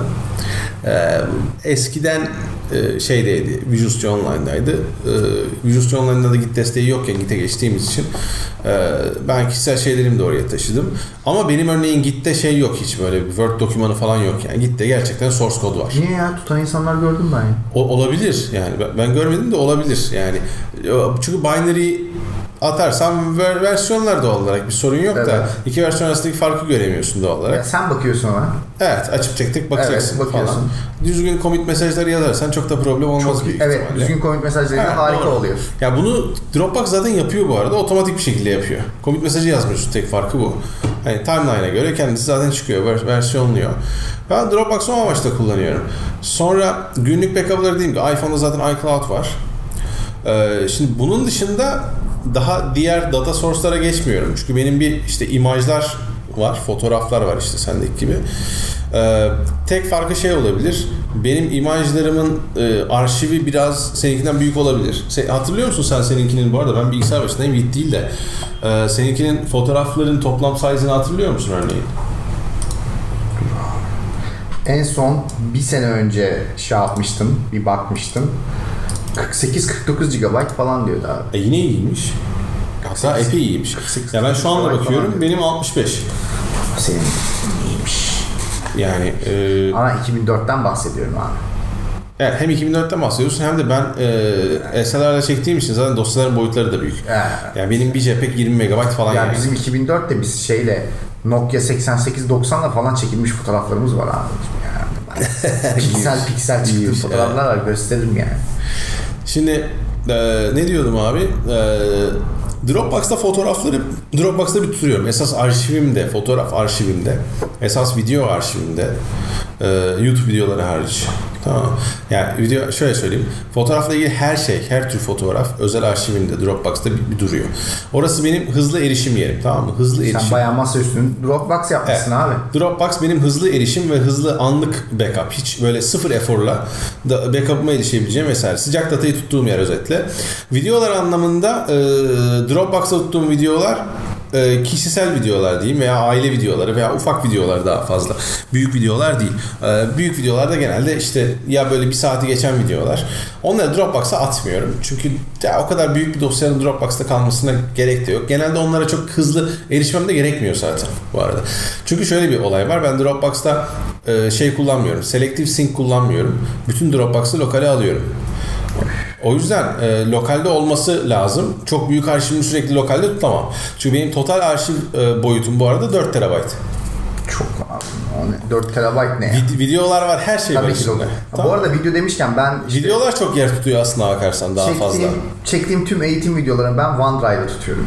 Eskiden şeydeydi, Visual Studio Online'daydı. Visual Studio Online'da da Git desteği yokken Git'e geçtiğimiz için ben kişisel şeylerimi de oraya taşıdım. Ama benim örneğin Git'te şey yok, hiç böyle bir Word dokümanı falan yok yani. Git'te gerçekten source code var.
Niye ya? Tutan insanlar gördüm ben ya.
Olabilir yani. Ben görmedim de olabilir yani. Çünkü binary atarsam versiyonlar doğal olarak bir sorun yok, evet. Da iki versiyon arasındaki farkı göremiyorsun doğal olarak.
Ya sen bakıyorsun ona.
Evet, açıp tek tek bakacaksın, evet, falan. Düzgün commit mesajları yazarsan çok da problem olmaz büyük ihtimalle.
Evet, düzgün commit mesajları harika oluyor.
Ya bunu Dropbox zaten yapıyor bu arada, otomatik bir şekilde yapıyor. Commit mesajı yazmıyorsun, tek farkı bu. Hani timeline'a göre kendisi zaten çıkıyor, versiyonluyor. Ben Dropbox'ı o amaçla kullanıyorum. Sonra günlük backup'ları diyeyim ki iPhone'da zaten iCloud var. Şimdi bunun dışında daha diğer data source'lara geçmiyorum. Çünkü benim bir işte imajlar var, fotoğraflar var işte sendeki gibi. Tek farkı şey olabilir. Benim imajlarımın arşivi biraz seninkinden büyük olabilir. Hatırlıyor musun sen seninkinin, bu arada ben bilgisayar başındayım, Git değil de seninkinin fotoğrafların toplam size'ını hatırlıyor musun örneğin?
En son bir sene önce şey yapmıştım, bir bakmıştım. 48-49 GB falan diyordu abi.
Yine iyiymiş. Hatta epey iyiymiş. Ya ben şu anda bakıyorum, benim 65.
Senin iyiymiş.
Yani
ama 2004'ten bahsediyorum abi.
Evet, hem 2004'ten bahsediyorsun hem de ben SLR'la çektiğim için zaten dosyaların boyutları da büyük. Yani benim bir JPEG 20 MB falan
yani. Bizim 2004'te biz şeyle Nokia 8890'la falan çekilmiş fotoğraflarımız var abi. Yani piksel çıktığım fotoğraflar var, gösteririm yani.
Şimdi ne diyordum abi? Dropbox'ta fotoğrafları Dropbox'ta bir tutuyorum. Esas arşivimde, fotoğraf arşivimde, esas video arşivimde, YouTube videoları hariç. Tamam. Yani video, şöyle söyleyeyim. Fotoğrafla ilgili her şey, her tür fotoğraf özel arşivimde Dropbox'ta bir duruyor. Orası benim hızlı erişim yerim, tamam mı? Hızlı erişim.
Sen bayağı masaüstünü Dropbox yapmışsın, evet. Abi.
Dropbox benim hızlı erişim ve hızlı anlık backup. Hiç böyle sıfır eforla backup'ıma erişebileceğim vesaire. Sıcak datayı tuttuğum yer özetle. Videolar anlamında Dropbox'ta tuttuğum videolar kişisel videolar diyeyim veya aile videoları veya ufak videolar daha fazla. Büyük videolar değil. Büyük videolarda genelde işte ya böyle bir saati geçen videolar. Onları Dropbox'a atmıyorum. Çünkü ya o kadar büyük bir dosyanın Dropbox'ta kalmasına gerek de yok. Genelde onlara çok hızlı erişmem de gerekmiyor zaten bu arada. Çünkü şöyle bir olay var. Ben Dropbox'ta şey kullanmıyorum. Selective sync kullanmıyorum. Bütün Dropbox'ı lokale alıyorum. O yüzden lokalde olması lazım. Çok büyük arşivimi sürekli lokalde tutamam. Çünkü benim total arşiv boyutum bu arada 4 TB.
Çok abi. 4 TB ne ya?
Videolar var, her şey var içinde.
Tamam. Bu arada video demişken ben
işte videolar çok yer tutuyor aslında bakarsan daha fazla.
Çektiğim tüm eğitim videolarını ben OneDrive'da tutuyorum.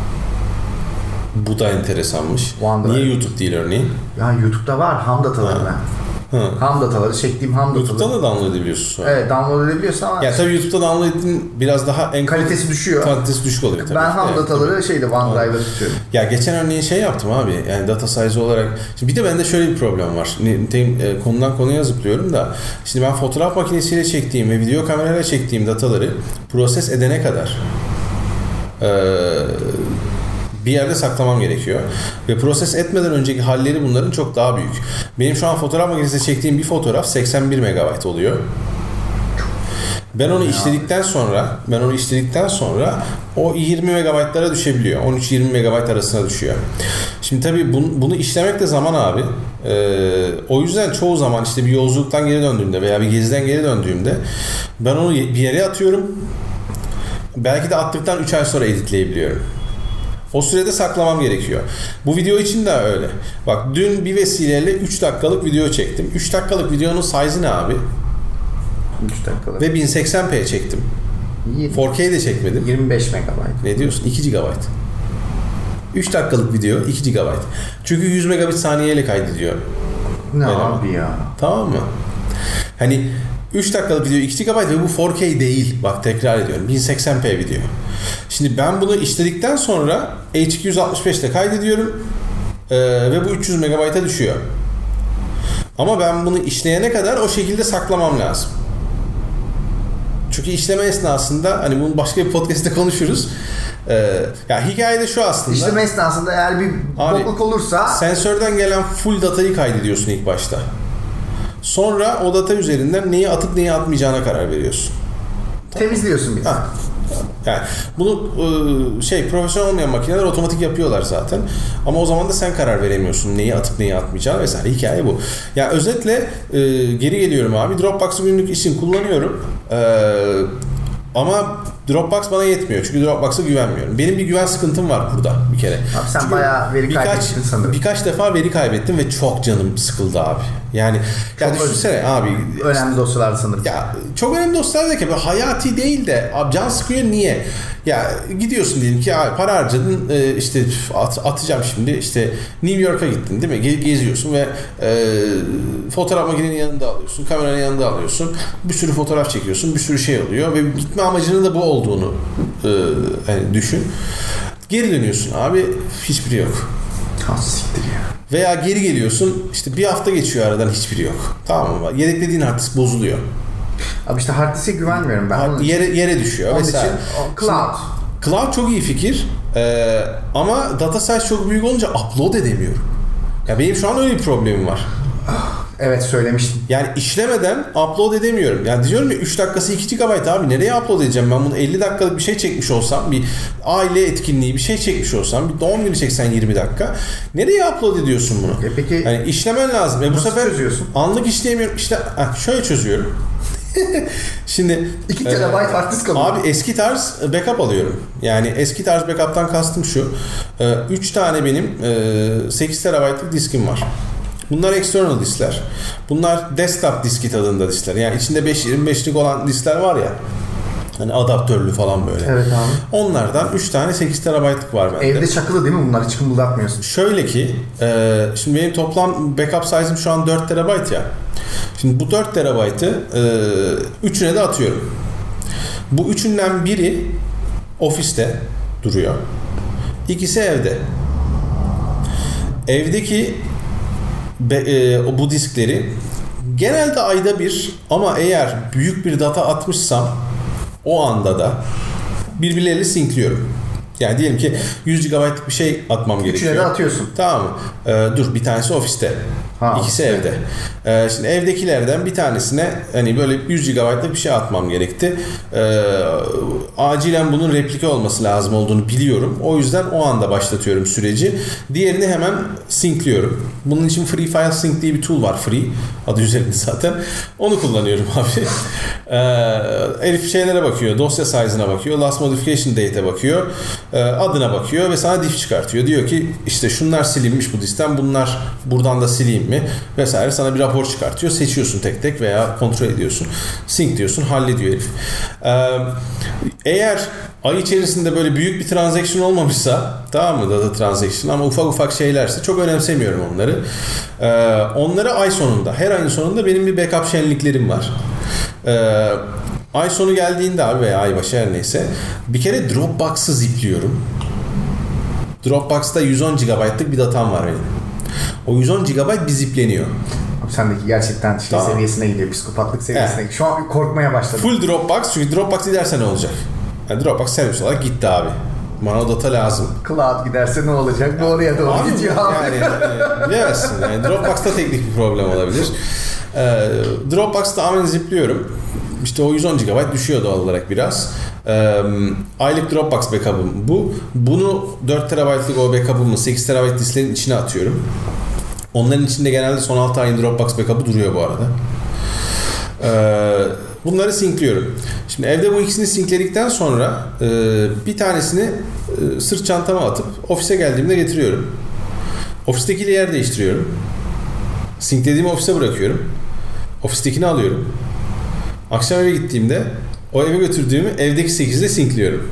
Bu da enteresanmış. OneDrive. Niye YouTube değil örneğin?
Ya YouTube'da var ham datalarına. Ham dataları, çektiğim ham dataları.
YouTube'dan da download edebiliyorsun sonra.
Evet, download edebiliyorsun ama
ya tabii YouTube'da download ettiğin biraz daha
kalitesi düşüyor.
Kalitesi düşük oluyor tabii.
Ben ham dataları şeyde OneDrive'da tutuyorum.
Ya geçen örneğin şey yaptım abi. Yani data size olarak. Şimdi bir de bende şöyle bir problem var. Konudan konuya zıplıyorum da. Şimdi ben fotoğraf makinesiyle çektiğim ve video kamerayla çektiğim dataları proses edene kadar bir yerde saklamam gerekiyor. Ve proses etmeden önceki halleri bunların çok daha büyük. Benim şu an fotoğraf makinesiyle çektiğim bir fotoğraf 81 MB oluyor. Ben onu işledikten sonra o 20 MB'lara düşebiliyor. 13-20 MB arasına düşüyor. Şimdi tabii bunu işlemek de zaman abi. O yüzden çoğu zaman işte bir yolculuktan geri döndüğümde veya bir geziden geri döndüğümde ben onu bir yere atıyorum. belki de attıktan 3 ay sonra editleyebiliyorum. O sürede saklamam gerekiyor. Bu video için de öyle. Bak dün bir vesileyle 3 dakikalık video çektim. 3 dakikalık videonun size'ı ne abi?
3 dakikalık.
Ve 1080p çektim. 4K de çekmedim.
25 MB.
Ne diyorsun? 2 GB. 3 dakikalık video 2 GB. Çünkü 100 megabit saniyeyle kaydediyor.
Ne
Benim.
abi ya?
Tamam mı? Hani 3 dakikalık video 2 GB ve bu 4K değil. Bak tekrar ediyorum. 1080p video. Şimdi ben bunu işledikten sonra H265'te kaydediyorum. Ve bu 300 MB'a düşüyor. Ama ben bunu işleyene kadar o şekilde saklamam lazım. Çünkü işleme esnasında hani bunu başka bir podcast'te konuşuruz. Ya hikaye de şu aslında.
İşleme esnasında eğer bir bokluk olursa
sensörden gelen full datayı kaydediyorsun ilk başta. Sonra o data üzerinden neyi atıp neyi atmayacağına karar veriyorsun.
temizliyorsun bir.
Yani bunu profesyonel olmayan makineler otomatik yapıyorlar zaten. Ama o zaman da sen karar veremiyorsun neyi atıp neyi atmayacağına vesaire. Hikaye bu. Ya özetle geri geliyorum abi. Dropbox'ı günlük için kullanıyorum. Ama Dropbox bana yetmiyor. Çünkü Dropbox'a güvenmiyorum. Benim bir güven sıkıntım var burada bir kere.
Abi sen çünkü bayağı veri kaybettin sanırım.
Birkaç defa veri kaybettim ve çok canım sıkıldı abi. Yani ya düşünsene abi.
Önemli dosyalar sanırım.
Ya çok önemli dosyalar da ki hayati değil de abi can sıkıyor niye? Ya gidiyorsun diyelim ki abi para harcadın işte atacağım şimdi işte New York'a gittin değil mi? Geziyorsun ve fotoğraf makinenin yanında alıyorsun, kameranın yanında alıyorsun. Bir sürü fotoğraf çekiyorsun, bir sürü şey oluyor ve gitme amacının da bu olduğunu hani düşün. Geri dönüyorsun abi hiçbiri yok.
Siktir ya.
Veya geri geliyorsun işte bir hafta geçiyor aradan hiçbiri yok. Tamam mı? Yedeklediğin hard disk bozuluyor.
Abi işte hard disk'e güvenmiyorum ben.
Yere düşüyor.
Onun
vesaire.
için cloud.
Cloud çok iyi fikir ama data size çok büyük olunca upload edemiyorum. Ya benim şu an öyle bir problemim var.
Evet söylemiştim.
Yani işlemeden upload edemiyorum. Yani diyorum ya 3 dakikası 2 GB abi nereye upload edeceğim ben bunu 50 dakikalık bir şey çekmiş olsam bir aile etkinliği bir şey çekmiş olsam bir doğum günü çeksen 20 dakika nereye upload ediyorsun bunu?
Peki
yani işlemen lazım. Bu sefer
çözüyorsun?
Anlık işleyemiyorum. İşte şöyle çözüyorum. Şimdi
2 TB hard disk alıyor.
Abi eski tarz backup alıyorum. Yani eski tarz backup'tan kastım şu. 3 tane benim 8 TB'lık diskim var. Bunlar external diskler. Bunlar desktop diski tadında diskler. Yani içinde 5.25'lik olan diskler var ya. Hani adaptörlü falan böyle.
Evet abi.
Onlardan 3 tane 8 TB'lık var bende.
Evde çakılı değil mi bunlar? Hiç kımıldatmıyorsun.
Şöyle ki şimdi benim toplam backup size'ım şu an 4 TB ya. Şimdi bu 4 TB'ı üçüne de atıyorum. Bu üçünden biri ofiste duruyor. İkisi evde. Evdeki bu diskleri genelde ayda bir ama eğer büyük bir data atmışsam o anda da birbirleriyle syncliyorum. Yani diyelim ki 100 GB'lık bir şey atmam gerekiyor.
Üçüne de atıyorsun.
Tamam mı? Dur bir tanesi ofiste. İkisi evde. Şimdi evdekilerden bir tanesine hani böyle 100 GB'lık bir şey atmam gerekti. Acilen bunun replike olması lazım olduğunu biliyorum. O yüzden o anda başlatıyorum süreci. Diğerini hemen syncliyorum. Bunun için Free File Sync diye bir tool var. Free. Adı üzerinde zaten. Onu kullanıyorum abi. Herif şeylere bakıyor. Dosya size'ına bakıyor. Last Modification Date'e bakıyor. Adına bakıyor ve sana diff çıkartıyor. Diyor ki işte şunlar silinmiş bu diskten. Bunlar buradan da sileyim mi? Vesaire sana bir rapor çıkartıyor. Seçiyorsun tek tek veya kontrol ediyorsun. Sync diyorsun. Hallediyor herif. Eğer ay içerisinde böyle büyük bir transaction olmamışsa tamam mı data transaction ama ufak ufak şeylerse çok önemsemiyorum onları. Onları ay sonunda her ayın sonunda benim bir backup şenliklerim var. Ay sonu geldiğinde abi veya ay başı her neyse bir kere Dropbox'ı zipliyorum. Dropbox'ta 110 GB'lık bir datam var benim. O 110 GB bir zipleniyor.
Abi sendeki gerçekten seviyesine gidiyor. Psikopatlık seviyesine gidiyor. Şu an korkmaya başladım.
Full Dropbox çünkü Dropbox giderse ne olacak? Yani Dropbox servis olarak gitti abi. Bana o data lazım.
Cloud giderse ne olacak? Doğruya doğru
abi,
gidiyor abi.
Yani bilemezsin. Yani Dropbox'ta teknik bir problem olabilir. Dropbox'ta hemen zipliyorum. İşte o 110 GB düşüyor doğal olarak biraz. Aylık Dropbox backup'ım bu. Bunu 4 TB'lık o backup'ımı 8 TB disklerin içine atıyorum. Onların içinde genelde son 6 ayın Dropbox backup'ı duruyor bu arada. Bunları sinkliyorum. Şimdi evde bu ikisini sinkledikten sonra bir tanesini sırt çantama atıp ofise geldiğimde getiriyorum. Ofistekiyle yer değiştiriyorum. Sinklediğimi ofise bırakıyorum. Ofistekini alıyorum. Akşam eve gittiğimde o eve götürdüğümü evdeki 8'le sinkliyorum.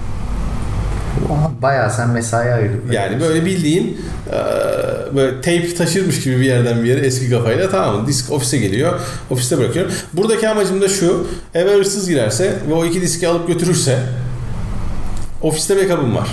Bayağı sen mesai ayırdın.
Yani böyle bildiğin böyle tape taşırmış gibi bir yerden bir yere eski kafayla, tamam mı? Disk ofise geliyor. Ofiste bırakıyorum. Buradaki amacım da şu: eve hırsız girerse ve o 2 diski alıp götürürse ofiste backup'ım var.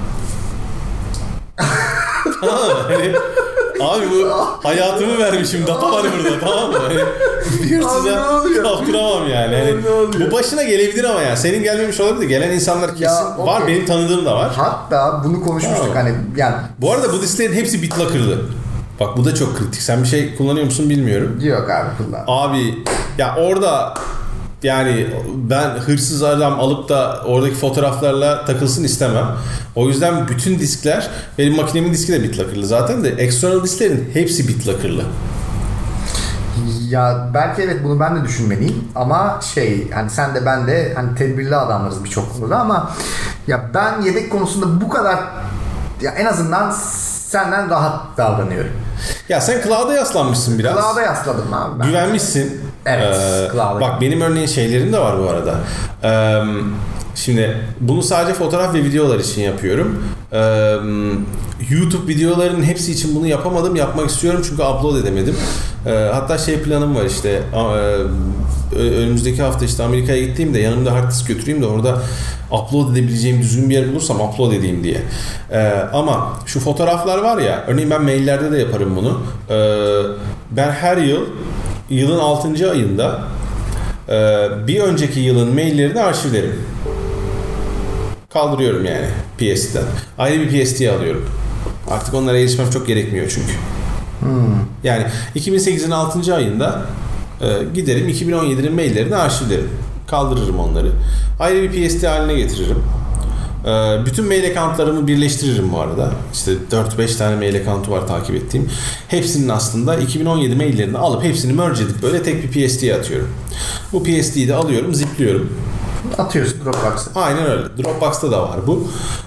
Tamam mı? Hani, abi bu hayatımı vermişim, data var burada, tamam mı? Hani, bir hırsıza kaldıramam yani. Hani, bu başına gelebilir ama yani. Senin gelmemiş olabilir. Gelen insanlar kesin ya, okay. Var. Benim tanıdığım da var.
Hatta bunu konuşmuştuk hani yani.
Bu arada bu disklerin hepsi BitLocker'lı. Bak bu da çok kritik. Sen bir şey kullanıyor musun bilmiyorum.
Yok abi, kullan.
Abi ya orada yani ben hırsız adam alıp da oradaki fotoğraflarla takılsın istemem. O yüzden bütün diskler, benim makinemin diski de BitLocker'lı zaten de, external disklerin hepsi BitLocker'lı.
Ya belki evet, bunu ben de düşünmeliyim ama hani sen de ben de hani tedbirli adamlarız birçok konuda ama ya ben yedek konusunda bu kadar, ya en azından senden rahat davranıyorum.
Ya sen cloud'a yaslanmışsın biraz.
Cloud'a yasladım abi ben.
Güvenmişsin.
Evet.
Bak benim örneğin şeylerim de var bu arada. Şimdi bunu sadece fotoğraf ve videolar için yapıyorum. YouTube videolarının hepsi için bunu yapamadım. Yapmak istiyorum çünkü upload edemedim. Hatta planım var işte. Önümüzdeki hafta işte Amerika'ya gittiğimde yanımda hard disk götüreyim de orada upload edebileceğim düzgün bir yer bulursam upload edeyim diye. Ama şu fotoğraflar var ya, örneğin ben maillerde de yaparım bunu. Ben her yılın 6. ayında bir önceki yılın maillerini arşivlerim. Kaldırıyorum yani PST'den. Ayrı bir PST alıyorum. Artık onlara erişmem çok gerekmiyor çünkü. Yani 2008'in 6. ayında giderim 2017'nin maillerini arşivlerim. Kaldırırım onları. Ayrı bir PST haline getiririm. Bütün mail accountlarımı birleştiririm bu arada. İşte 4-5 tane mail account'u var takip ettiğim. Hepsinin aslında 2017 maillerini alıp hepsini merge edip böyle tek bir PST'ye atıyorum. Bu PST'yi de alıyorum, zipliyorum.
Atıyorsun Dropbox'a.
Aynen öyle. Dropbox'ta da var bu.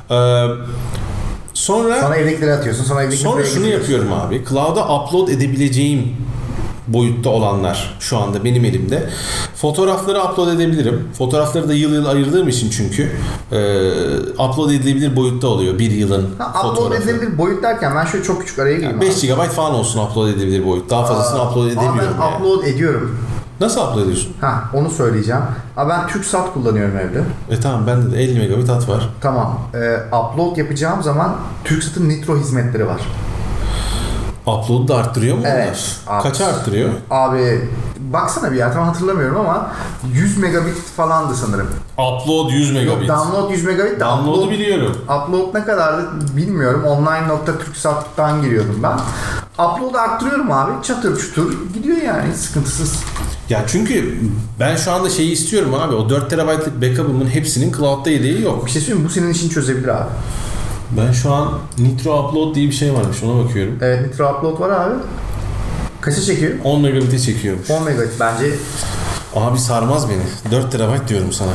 Sonra
evdekileri atıyorsun.
Sonra şunu yapıyorum abi. Cloud'a upload edebileceğim boyutta olanlar şu anda benim elimde. Fotoğrafları upload edebilirim. Fotoğrafları da yıl ayırdığım için çünkü upload edilebilir boyutta oluyor bir yılın fotoğrafı.
Upload edilebilir boyut derken ben şöyle çok küçük araya gireyim.
5 GB falan olsun upload edilebilir boyut. Daha fazlasını upload edemiyorum.
Ben yani upload ediyorum.
Nasıl upload ediyorsun?
Onu söyleyeceğim. Ben TürkSat kullanıyorum evde.
Tamam, bende de 50 megabit hat var.
Tamam. Upload yapacağım zaman TürkSat'ın Nitro hizmetleri var.
Upload'u da arttırıyor mu
evet,
onlar? Kaça arttırıyor?
Abi baksana bir yer, tam hatırlamıyorum ama 100 megabit falandı sanırım.
Upload 100 megabit.
Yok, download 100 megabit.
Download'u biliyorum.
Upload ne kadardı bilmiyorum. Online.turksat'tan giriyordum ben. Upload'u arttırıyorum abi. Çatır çutur gidiyor yani, sıkıntısız.
Ya çünkü ben şu anda şeyi istiyorum abi. O 4 TB'lık backup'ımın hepsinin cloud'da yedeği yok.
Bir şey söyleyeyim mi? Bu senin işini çözebilir abi.
Ben şu an Nitro Upload diye bir şey varmış, ona bakıyorum.
Evet, Nitro Upload var abi. Kaça çekiyor?
10 megabit'e çekiyormuş.
10 megabit bence.
Abi sarmaz beni. 4 TB diyorum sana.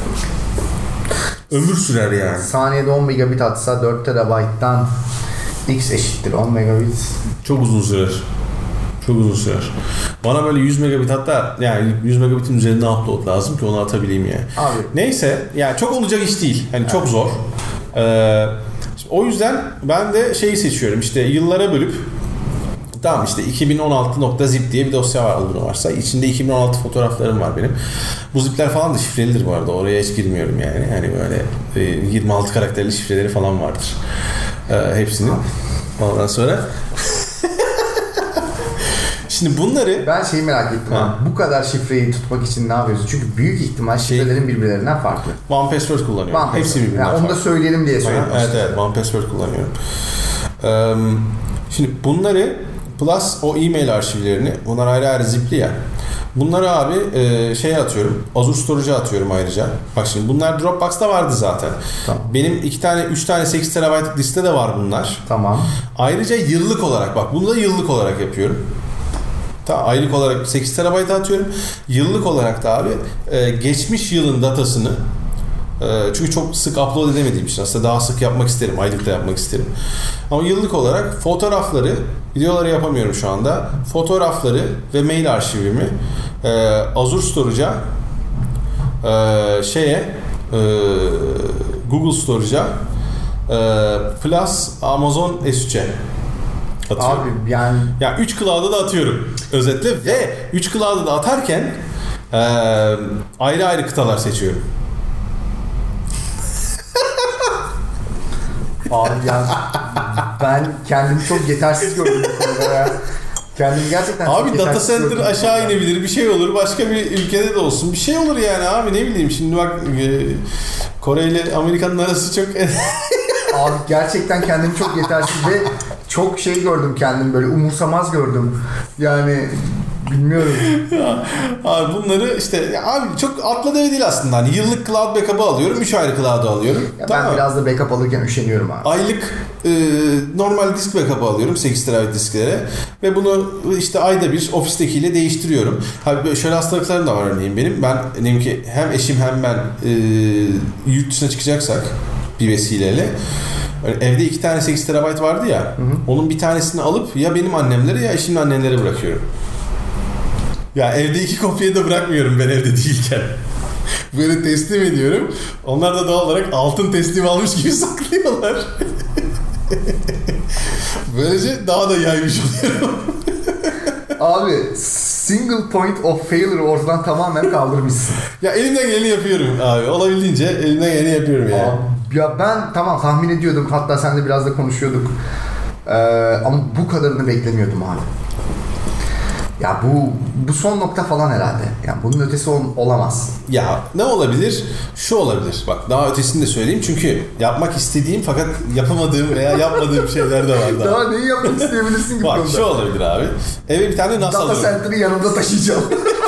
Ömür sürer yani.
Saniyede 10 megabit atsa 4 TB'dan x eşittir 10 megabit.
Çok uzun sürer. Çok uzun sürer. Bana böyle 100 megabit, hatta yani 100 megabitin üzerinde upload lazım ki onu atabileyim yani.
Abi.
Neyse yani çok olacak iş değil. Hani çok zor. O yüzden ben de şeyi seçiyorum, işte yıllara bölüp, tamam işte 2016.zip diye bir dosya var olduğunu varsa, içinde 2016 fotoğraflarım var benim. Bu zipler falan da şifrelidir bu arada, oraya hiç girmiyorum yani. Hani böyle 26 karakterli şifreleri falan vardır hepsinin. Ondan sonra şimdi bunları...
Ben şeyi merak ettim abi. Bu kadar şifreyi tutmak için ne yapıyorsun? Çünkü büyük ihtimal şifrelerin birbirlerinden farklı.
One Password kullanıyorum. Hepsi birbirinden
farklı. Onu da söyleyelim diye söyledim.
Evet, One Password kullanıyorum. Şimdi bunları plus o e-mail arşivlerini, bunlar ayrı ayrı zipli ya. Bunları abi atıyorum. Azure Storage'a atıyorum ayrıca. Bak şimdi bunlar Dropbox'ta vardı zaten.
Tamam.
Benim 3 tane 8 TB'lık liste de var bunlar.
Tamam.
Ayrıca yıllık olarak, bak bunu da yıllık olarak yapıyorum. Tamam, aylık olarak 8 TB atıyorum. Yıllık olarak da abi geçmiş yılın datasını çünkü çok sık upload edemediğim için aslında daha sık yapmak isterim. Aylık da yapmak isterim. Ama yıllık olarak fotoğrafları, videoları yapamıyorum şu anda. Fotoğrafları ve mail arşivimi Azure Storage'a Google Storage'a plus Amazon S3'e atıyorum.
Abi yani
3 cloud'a da atıyorum özetle ve 3 cloud'a da atarken ayrı ayrı kıtalar seçiyorum.
Abi yani ben kendimi çok yetersiz gördüm bu konuda ya. Kendimi gerçekten çok
abi data
yetersiz
center
gördüm.
aşağı inebilir, bir şey olur, başka bir ülkede de olsun, bir şey olur yani abi, ne bileyim şimdi bak Kore ile Amerika'nın arası çok
Abi gerçekten kendimi çok yetersiz ve çok şey gördüm, kendimi böyle umursamaz gördüm. Yani bilmiyorum.
abi bunları işte ya abi çok atla deve değil aslında. Hani yıllık cloud backup'ı alıyorum, 3 ayrı cloud'u alıyorum.
Ya
tamam.
Ben biraz da backup alırken üşeniyorum abi.
Aylık normal disk backup'ı alıyorum 8 TB disklere ve bunu işte ayda bir ofistekiyle değiştiriyorum. Abi şöyle hastalıklarım da var örneğin benim. Ben diyelim ki hem eşim hem ben yurt dışına çıkacaksak bir vesileyle evde 2 tane 8 TB vardı ya. Hı hı. Onun bir tanesini alıp ya benim annemlere ya eşimin annelere bırakıyorum. Ya evde 2 kopyayı da bırakmıyorum ben evde değilken. Böyle teslim ediyorum. Onlar da doğal olarak altın teslim almış gibi saklıyorlar. Böylece daha da yaymış oluyorum.
Abi single point of failure ortadan tamamen kaldırmışsın.
Ya elimden geleni yapıyorum abi. Olabildiğince elimden geleni yapıyorum yani.
Abi, ya ben tamam tahmin ediyordum. Hatta seninle biraz da konuşuyorduk. Ama bu kadarını beklemiyordum abi. Ya bu son nokta falan herhalde. Yani bunun ötesi olamaz.
Ya ne olabilir? Şu olabilir. Bak daha ötesini de söyleyeyim çünkü yapmak istediğim fakat yapamadığım veya yapmadığım şeyler de var
daha neyi yapmak isteyebilirsin ki bu
konuda?
konuda?
Bak şu olabilir abi. Eve bir tane NAS
Data
alırım.
Data Center'ı yanımda taşıyacağım.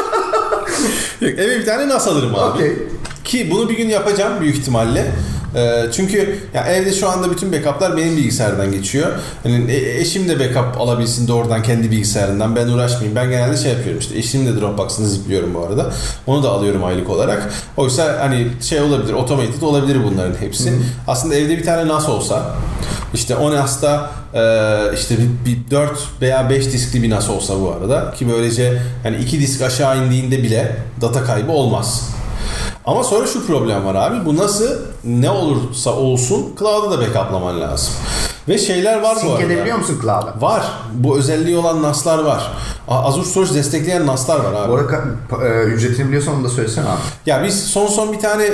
Yok, eve bir tane NAS alırım abi.
Okay.
Ki bunu bir gün yapacağım büyük ihtimalle. Çünkü ya evde şu anda bütün backup'lar benim bilgisayardan geçiyor. Hani eşim de backup alabilsin doğrudan kendi bilgisayarından. Ben uğraşmayayım. Ben genelde şey yapıyorum işte. Eşimin de Dropbox'ını zipliyorum bu arada. Onu da alıyorum aylık olarak. Oysa hani şey olabilir, automated olabilir bunların hepsi. Hı-hı. Aslında evde bir tane NAS olsa, işte o NAS'ta işte bir 4 veya 5 diskli bir NAS olsa bu arada ki böylece hani 2 disk aşağı indiğinde bile data kaybı olmaz. Ama sonra şu problem var abi. Bu nasıl ne olursa olsun cloud'a da backuplaman lazım. Ve şeyler var bu arada.
Sync edebiliyor musun cloud'a?
Var. Bu özelliği olan NAS'lar var. Azure Storage destekleyen NAS'lar var abi.
Bu arada ücretini biliyorsan onu da söylesene abi.
Ya biz son bir tane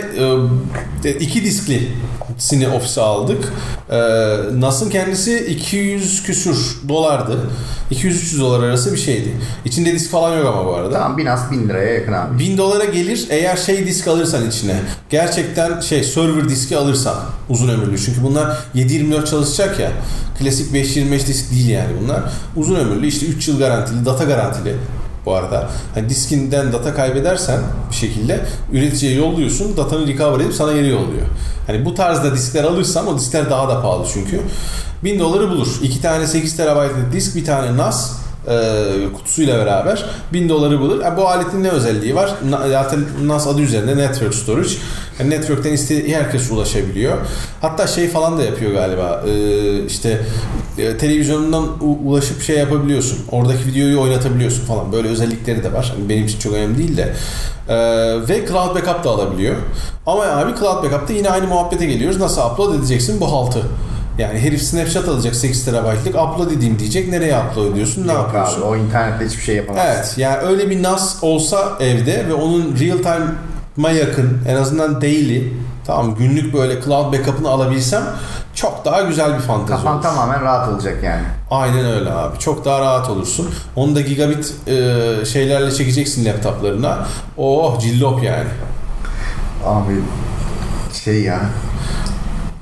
2 disklisini ofise aldık. NAS'ın kendisi 200 küsür dolardı. 200-300 dolar arası bir şeydi. İçinde disk falan yok ama bu arada.
Tamam bir NAS 1000 liraya yakın abi.
1000 dolara gelir eğer disk alırsan içine. Gerçekten server diski alırsan uzun ömürlü. Çünkü bunlar 7/24 çalışacak ya. Klasik 5/25 disk değil yani bunlar. Uzun ömürlü işte 3 yıl garantili, data garantili bu arada. Hani diskinden data kaybedersen bir şekilde üreticiye yolluyorsun, datanı recover edip sana geri yolluyor. Hani bu tarzda diskler alırsan o diskler daha da pahalı çünkü. 1000 doları bulur. 2 tane 8 TB'lık disk, bir tane NAS kutusuyla beraber 1000 doları bulur. Bu aletin ne özelliği var? Zaten NAS adı üzerinde Network Storage. Yani network'ten istediği herkes ulaşabiliyor. Hatta şey falan da yapıyor galiba. İşte televizyonundan ulaşıp şey yapabiliyorsun. Oradaki videoyu oynatabiliyorsun falan. Böyle özellikleri de var. Yani benim için çok önemli değil de. Ve cloud backup da alabiliyor. Ama abi cloud backup'ta yine aynı muhabbete geliyoruz. Nasıl upload edeceksin bu haltı? Yani herif snapshot alacak 8 TB'lık upload edeyim diyecek. Nereye upload ediyorsun? Ne yapıyorsun?
Abi, o internette hiçbir şey yapamazsın.
Evet. Yani öyle bir NAS olsa evde ve onun real time'a yakın en azından daily tamam günlük böyle cloud backup'ını alabilsem çok daha güzel bir fantezi
Kafan
olur.
tamamen rahat olacak yani.
Aynen öyle abi. Çok daha rahat olursun. Onu da gigabit şeylerle çekeceksin laptoplarına. Oh cillop yani.
Abi şey ya.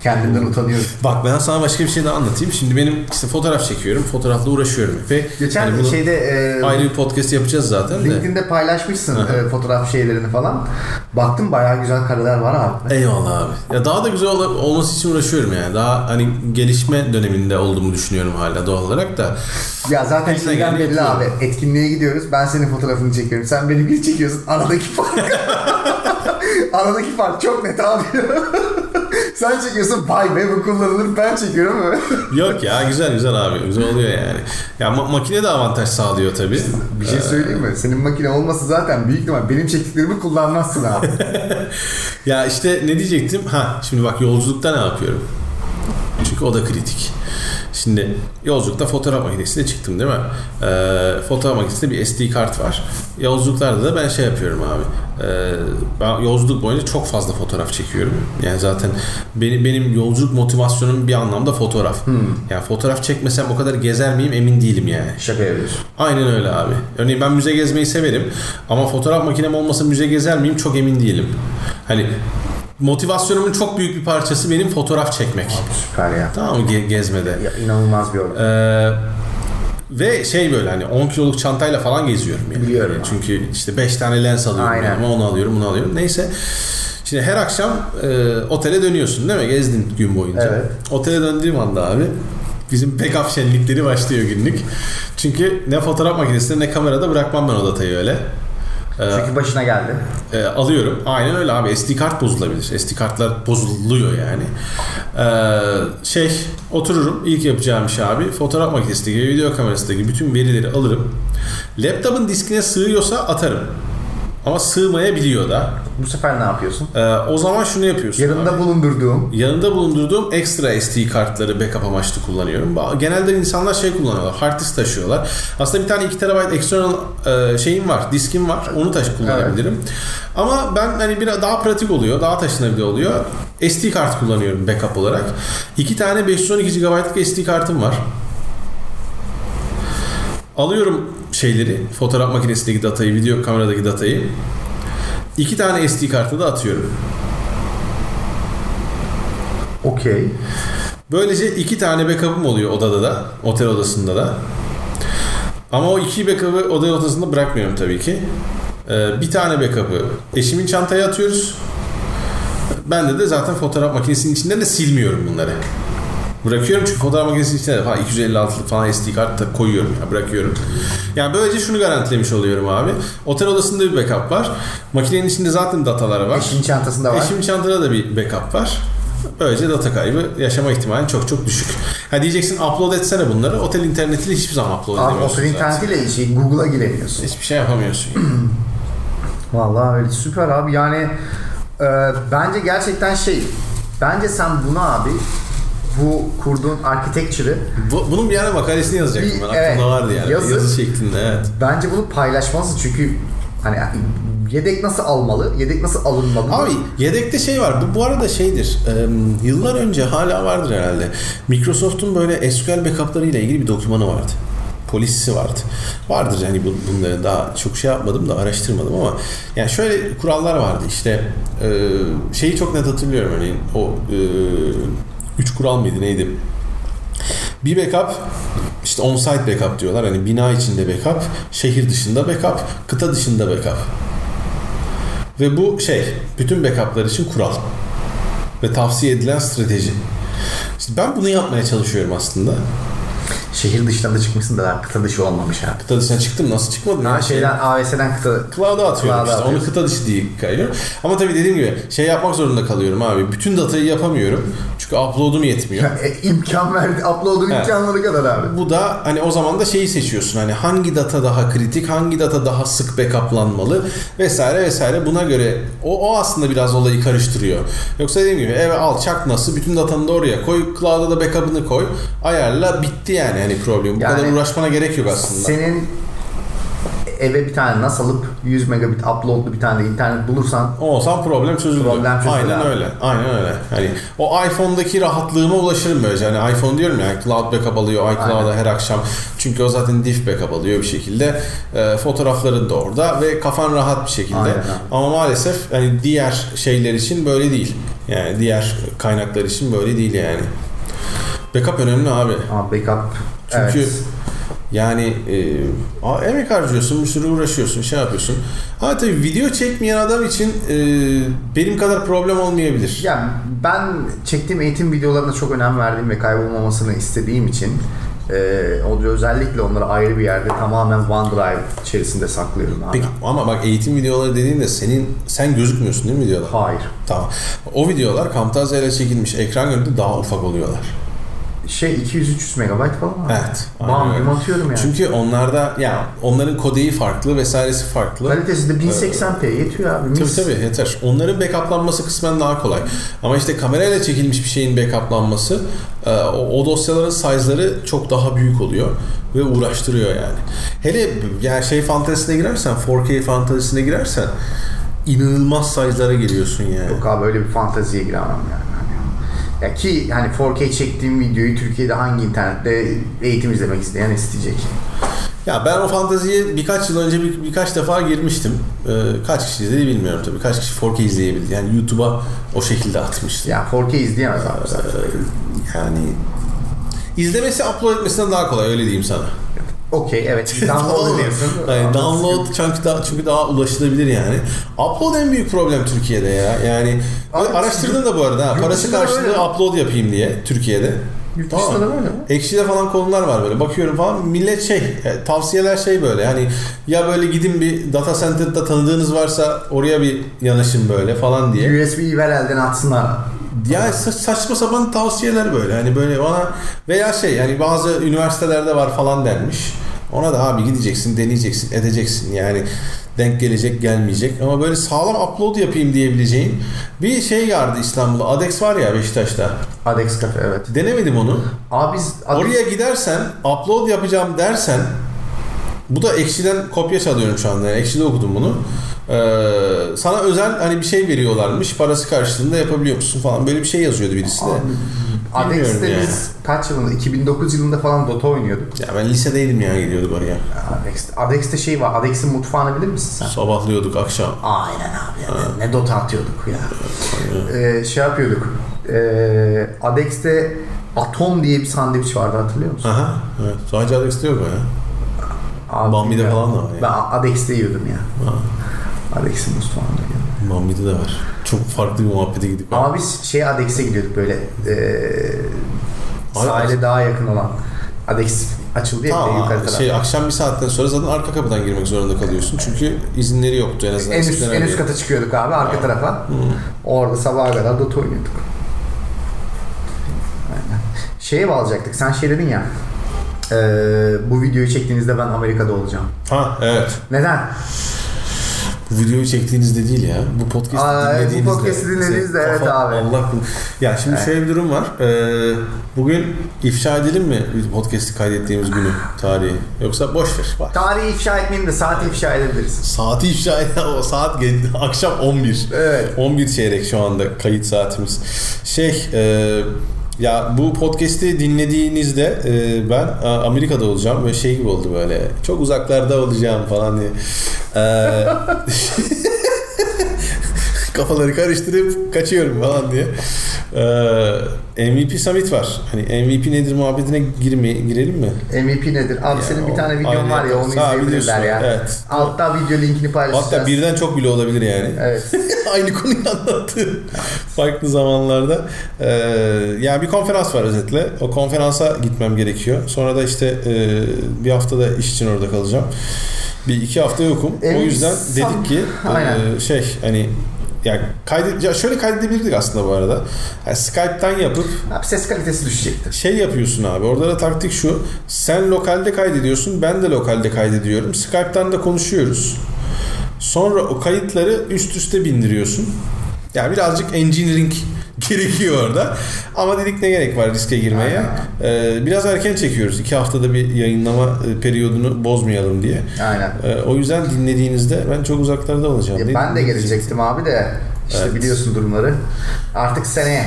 Kendinden utanıyorum.
Bak ben sana başka bir şey daha anlatayım. Şimdi benim işte fotoğraf çekiyorum. Fotoğrafla uğraşıyorum. Ve
geçen
hani ayrı bir podcast yapacağız zaten de.
LinkedIn'de paylaşmışsın fotoğraf şeylerini falan. Baktım bayağı güzel kareler var abi.
Eyvallah abi. Ya daha da güzel olması için uğraşıyorum yani. Daha hani gelişme döneminde olduğumu düşünüyorum hala doğal olarak da.
Ya zaten şeyden belli abi. Etkinliğe gidiyoruz. Ben senin fotoğrafını çekiyorum. Sen benimkini çekiyorsun. Aradaki fark. Aradaki fark çok net abi. Sen çekiyorsun, vay be bu kullanılır, ben çekiyorum mu?
Yok ya, güzel abi, güzel oluyor yani. Ya makine de avantaj sağlıyor tabii.
Bir şey söyleyeyim mi? Senin makine olması zaten büyük ihtimal benim çektiklerimi kullanmazsın abi.
Ya işte ne diyecektim? Şimdi bak yolculukta ne yapıyorum? Çünkü o da kritik. Şimdi yolculukta fotoğraf makinesiyle çıktım değil mi? Fotoğraf makinesinde bir SD kart var. Yolculuklarda da ben şey yapıyorum abi. Ben yolculuk boyunca çok fazla fotoğraf çekiyorum. Yani zaten benim yolculuk motivasyonum bir anlamda fotoğraf. Yani fotoğraf çekmesem o kadar gezer miyim emin değilim yani.
Şaka yapıyorsun.
Aynen öyle abi. Örneğin ben müze gezmeyi severim. Ama fotoğraf makinem olmasa müze gezer miyim çok emin değilim. Hani motivasyonumun çok büyük bir parçası benim fotoğraf çekmek.
Abi süper ya.
Tamam mı gezmede?
Ya, inanılmaz bir olay.
Ve şey böyle hani 10 kiloluk çantayla falan geziyorum yani.
Biliyorum.
Çünkü işte 5 tane lens alıyorum yani. Ama onu alıyorum, bunu alıyorum. Neyse. Şimdi her akşam otele dönüyorsun değil mi? Gezdin gün boyunca.
Evet.
Otele döndüğüm anda abi bizim backup şenlikleri başlıyor günlük. Çünkü ne fotoğraf makinesinde ne kamerada bırakmam ben o datayı öyle.
Çünkü başına geldi.
Alıyorum. Aynen öyle abi. SD kart bozulabilir. SD kartlar bozuluyor yani. Otururum. İlk yapacağım iş abi. Fotoğraf makinesindeki, video kamerasındaki bütün verileri alırım. Laptopun diskine sığıyorsa atarım. Ama sığmayabiliyor da.
Bu sefer ne yapıyorsun?
O zaman şunu yapıyorsun.
Yanında
bulundurduğum ekstra SD kartları backup amaçlı kullanıyorum. Genelde insanlar şey kullanıyorlar. Hard disk taşıyorlar. Aslında bir tane 2 TB external şeyim var. Diskim var. Onu kullanabilirim. Evet. Ama ben hani biraz daha pratik oluyor. Daha taşınabilir oluyor. SD kart kullanıyorum backup olarak. 2 tane 512 GB'lık SD kartım var. Alıyorum fotoğraf makinesindeki datayı, video kameradaki datayı. 2 tane SD kartı da atıyorum.
Okey.
Böylece 2 tane backup'ım oluyor odada da, otel odasında da. Ama o 2 backup'ı otel odasında bırakmıyorum tabii ki. Bir tane backup'ı eşimin çantaya atıyoruz. Ben de zaten fotoğraf makinesinin içinden de silmiyorum bunları. Bırakıyorum çünkü fotoğraf makinesinin içine de 256'lık falan SD kart da koyuyorum ya, bırakıyorum. Yani böylece şunu garantilemiş oluyorum abi. Otel odasında bir backup var. Makinenin içinde zaten datalar var.
Eşimin çantasında var.
Eşimin çantada da bir backup var. Böylece data kaybı yaşama ihtimali çok düşük. Diyeceksin upload etsene bunları. Otel internetiyle hiçbir zaman upload edemiyorsun.
Otel internetiyle Google'a giremiyorsun.
Hiçbir şey yapamıyorsun. Yani.
Vallahi öyle süper abi. Yani bence gerçekten bence sen bunu abi bu kurduğun architecture'ı
bunun bir ara makalesini yazacaktım ben. Aklımda vardı yani. Yazı şeklinde evet.
Bence bunu paylaşmalısın çünkü hani yedek nasıl almalı? Yedek nasıl alınmalı?
Abi yedekte var. Bu arada yıllar önce hala vardır herhalde. Microsoft'un böyle SQL backup'ları ile ilgili bir dokümanı vardı. Polisisi vardı. Vardır yani bunları daha çok yapmadım da araştırmadım ama yani şöyle kurallar vardı işte çok net hatırlıyorum örneğin o 3 kural mıydı neydi? Bir backup işte on-site backup diyorlar. Hani bina içinde backup, şehir dışında backup, kıta dışında backup. Ve bu bütün backup'lar için kural. Ve tavsiye edilen strateji. İşte ben bunu yapmaya çalışıyorum aslında.
Şehir dışına da çıkmışsın da kıta dışı olmamış abi.
Kıta dışına çıktım. Nasıl çıkmadım ya?
AWS'den
Cloud'a atıyorum işte. Onu kıta dışı diye kayıyor. Ama tabii dediğim gibi yapmak zorunda kalıyorum abi. Bütün datayı yapamıyorum. Çünkü upload'um yetmiyor.
İmkan verdi. Upload'un imkanları kadar abi.
Bu da o zaman da seçiyorsun. Hani hangi data daha kritik, hangi data daha sık backuplanmalı vesaire. Buna göre o aslında biraz olayı karıştırıyor. Yoksa dediğim gibi çak nasıl bütün datanı da oraya koy. Cloud'a da backup'ını koy. Ayarla bitti yani. Problem. Bu kadar uğraşmana gerek yok aslında.
Senin eve bir tane NAS alıp 100 megabit uploadlu bir tane de internet bulursan
problem çözüldü. Aynen öyle. Hani o iPhone'daki rahatlığıma ulaşırım böylece. Hani iPhone diyorum ya cloud backup alıyor iCloud'a her akşam. Çünkü o zaten diff backup alıyor bir şekilde. Fotoğrafların da orada ve kafan rahat bir şekilde. Aynen. Ama maalesef diğer şeyler için böyle değil. Yani diğer kaynaklar için böyle değil yani. Backup önemli abi.
Backup.
Çünkü
evet.
yani emek harcıyorsun, bir sürü uğraşıyorsun, şey yapıyorsun. Ha tabii video çekmeyen adam için benim kadar problem olmayabilir.
Yani ben çektiğim eğitim videolarına çok önem verdiğim ve kaybolmamasını istediğim için özellikle onları ayrı bir yerde tamamen OneDrive içerisinde saklıyorum abi.
Peki ama bak eğitim videoları dediğinde sen gözükmüyorsun değil mi videoda?
Hayır.
Tamam. O videolar Camtasia ile çekilmiş ekran görüntü daha ufak oluyorlar.
200-300 MB falan var.
Evet.
Bam atıyorum yani.
Çünkü onlarda onların kodeği farklı vesairesi farklı.
Kalitesi de 1080p yetiyor abi.
Tabii yeter. Onların backuplanması kısmen daha kolay. Ama işte kamerayla çekilmiş bir şeyin backuplanması o dosyaların size'ları çok daha büyük oluyor ve uğraştırıyor yani. Hele yani fantezisine girersen, 4K fantezisine girersen inanılmaz size'lara geliyorsun yani.
Yok abi öyle bir fanteziye giremem yani. Ya ki hani 4K çektiğim videoyu Türkiye'de hangi internette eğitim izlemek isteyen isteyecek?
Ya ben o fanteziye birkaç yıl önce birkaç defa girmiştim. Kaç kişi izledi bilmiyorum tabii. Kaç kişi 4K izleyebildi. Yani YouTube'a o şekilde atmıştım.
Ya 4K izleyemez abi zaten.
Yani izlemesi upload etmesinden daha kolay öyle diyeyim sana.
Okey evet. Download ediyorsun.
Yani download çünkü daha ulaşılabilir yani. Upload en büyük problem Türkiye'de ya. Yani araştırdın da bu arada. Parası karşılığı upload yapayım diye Türkiye'de.
Yurt dışında da böyle mi?
Ekşi'de falan konular var böyle. Bakıyorum falan millet tavsiyeler böyle. Hani ya böyle gidin bir data center'da tanıdığınız varsa oraya bir yanaşın böyle falan diye.
USB'yi ver elden atsınlar.
Ya saçma sapan tavsiyeler böyle. Hani böyle bana veya hani bazı üniversitelerde var falan denmiş. Ona da abi gideceksin, deneyeceksin, edeceksin. Yani denk gelecek, gelmeyecek. Ama böyle sağlam upload yapayım diyebileceğin bir şey vardı İstanbul'da. Adex var ya Beşiktaş'ta.
Adex Cafe evet.
Denemedim onu.
Abi
oraya gidersen, upload yapacağım dersen, bu da Ekşi'den kopya çalıyorum şu anda. Yani Ekşi'de okudum bunu. Sana özel hani bir şey veriyorlarmış. Parası karşılığında yapabiliyor musun falan. Böyle bir şey yazıyordu birisi de.
Adex'te yani. Biz kaç yılında? 2009 yılında falan Dota oynuyorduk.
Ya ben lisedeydim ya gidiyorduk oraya.
Adex'te var. Adex'in mutfağını bilir misin sen?
Sabahlıyorduk akşam.
Aynen abi. Yani. Ne Dota atıyorduk ya. Yapıyorduk. Adex'te Atom diye bir sandviç vardı hatırlıyor musun?
Aha. Evet. Sadece Adex'te yok o ya. Bambi'de falan da var ya.
Ben Adex'te yiyordum ya. Adex'in mutfağında yiyordum.
Bambi'de de var. Çok farklı bir muhabbete gidip.
Ama biz Adex'e gidiyorduk böyle. Sahile daha yakın olan. Adex açıldı ya
tamam,
yukarı tarafta.
Akşam bir saatten sonra zaten arka kapıdan girmek zorunda kalıyorsun. Çünkü izinleri yoktu en azından.
En üst kata çıkıyorduk abi arka tarafa. Orada sabaha kadar Dota oynuyorduk. Aynen. Bağlayacaktık. Sen dedin ya. Bu videoyu çektiğinizde ben Amerika'da olacağım.
Ha evet.
Neden?
Bu videoyu çektiğinizde değil ya. Bu podcast'i
dinlediğinizde evet abi.
Ya şimdi şöyle bir durum var. Bugün ifşa edelim mi podcast'i kaydettiğimiz günü, tarihi? Yoksa boş ver.
Tarihi ifşa etmeyeyim de saati ifşa edebiliriz.
Saati ifşa edelim. O saat akşam 11. Evet. 11 çeyrek şu anda kayıt saatimiz. Ya bu podcast'i dinlediğinizde ben Amerika'da olacağım ve gibi oldu böyle. Çok uzaklarda olacağım falan diye. Kafaları karıştırıp kaçıyorum falan diye. MVP Summit var. Hani MVP nedir muhabbetine girelim mi?
MVP nedir? Abi senin bir tane videon var ya onu izleyebilirler ya. Evet. Altta video linkini paylaşacağız.
Hatta birden çok bile olabilir yani. Evet. Aynı konuyu anlattığım farklı zamanlarda. Yani bir konferans var özetle. O konferansa gitmem gerekiyor. Sonra da bir haftada iş için orada kalacağım. 1-2 hafta yokum. O yüzden dedik ki yani şöyle kaydedebilirdik aslında bu arada. Yani Skype'tan yapıp
abi ses kalitesi düşecektir.
Yapıyorsun abi. Orada da taktik şu. Sen lokalde kaydediyorsun. Ben de lokalde kaydediyorum. Skype'tan da konuşuyoruz. Sonra o kayıtları üst üste bindiriyorsun. Yani birazcık engineering gerekiyor orada. Ama dedik ne gerek var riske girmeye. Biraz erken çekiyoruz. 2 haftada bir yayınlama periyodunu bozmayalım diye.
Aynen.
O yüzden dinlediğinizde ben çok uzaklarda olacağım.
Ben de gelecektim abi de. Evet. Biliyorsun durumları. Artık seneye.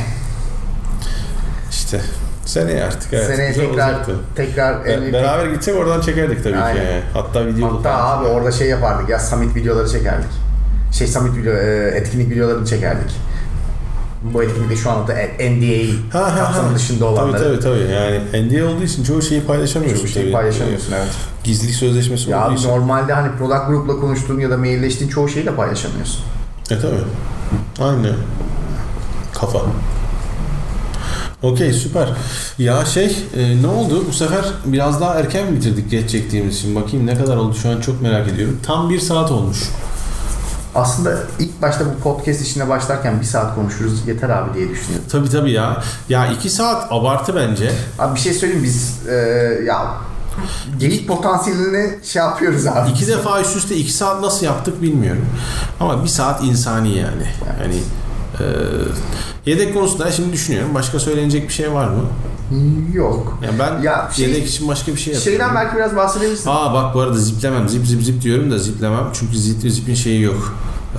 Seneye artık. Evet.
Seneye tekrar
MVP. Beraber gitsek oradan çekerdik tabii ki. Yani. Hatta
abi orada yapardık ya Summit videoları çekerdik. Summit etkinlik videolarını çekerdik. Bu etkinlikte şu anda NDA kapsamı dışında olanları.
Tabii. Yani NDA olduğu için çoğu şeyi paylaşamıyorsun.
Çoğu şeyi paylaşamıyorsun, evet.
Gizlilik sözleşmesi
ya
olduğu için.
Normalde hani product group'la konuştuğun ya da mailleştiğin çoğu şeyi de paylaşamıyorsun.
Tabii. Aynen. Kafa. Okey, süper. Ya ne oldu? Bu sefer biraz daha erken mi bitirdik geç çektiğimiz için? Bakayım ne kadar oldu şu an, çok merak ediyorum. Tam 1 saat olmuş.
Aslında ilk başta bu podcast işine başlarken 1 saat konuşuruz yeter abi diye düşünüyordum.
Tabii ya. Ya 2 saat abartı bence.
Abi bir şey söyleyeyim, biz ya geyik potansiyelini yapıyoruz abi.
2 defa üst üste 2 saat nasıl yaptık bilmiyorum. Ama 1 saat insani yani. Evet. Hani yedek konusunda şimdi düşünüyorum. Başka söylenecek bir şey var mı?
Yok.
Yani ben yedek için başka bir şey yapıyorum.
Şeyden belki biraz bahsedebilirsin.
Bak bu arada ziplemem. Zip diyorum da ziplemem. Çünkü zipin şeyi yok.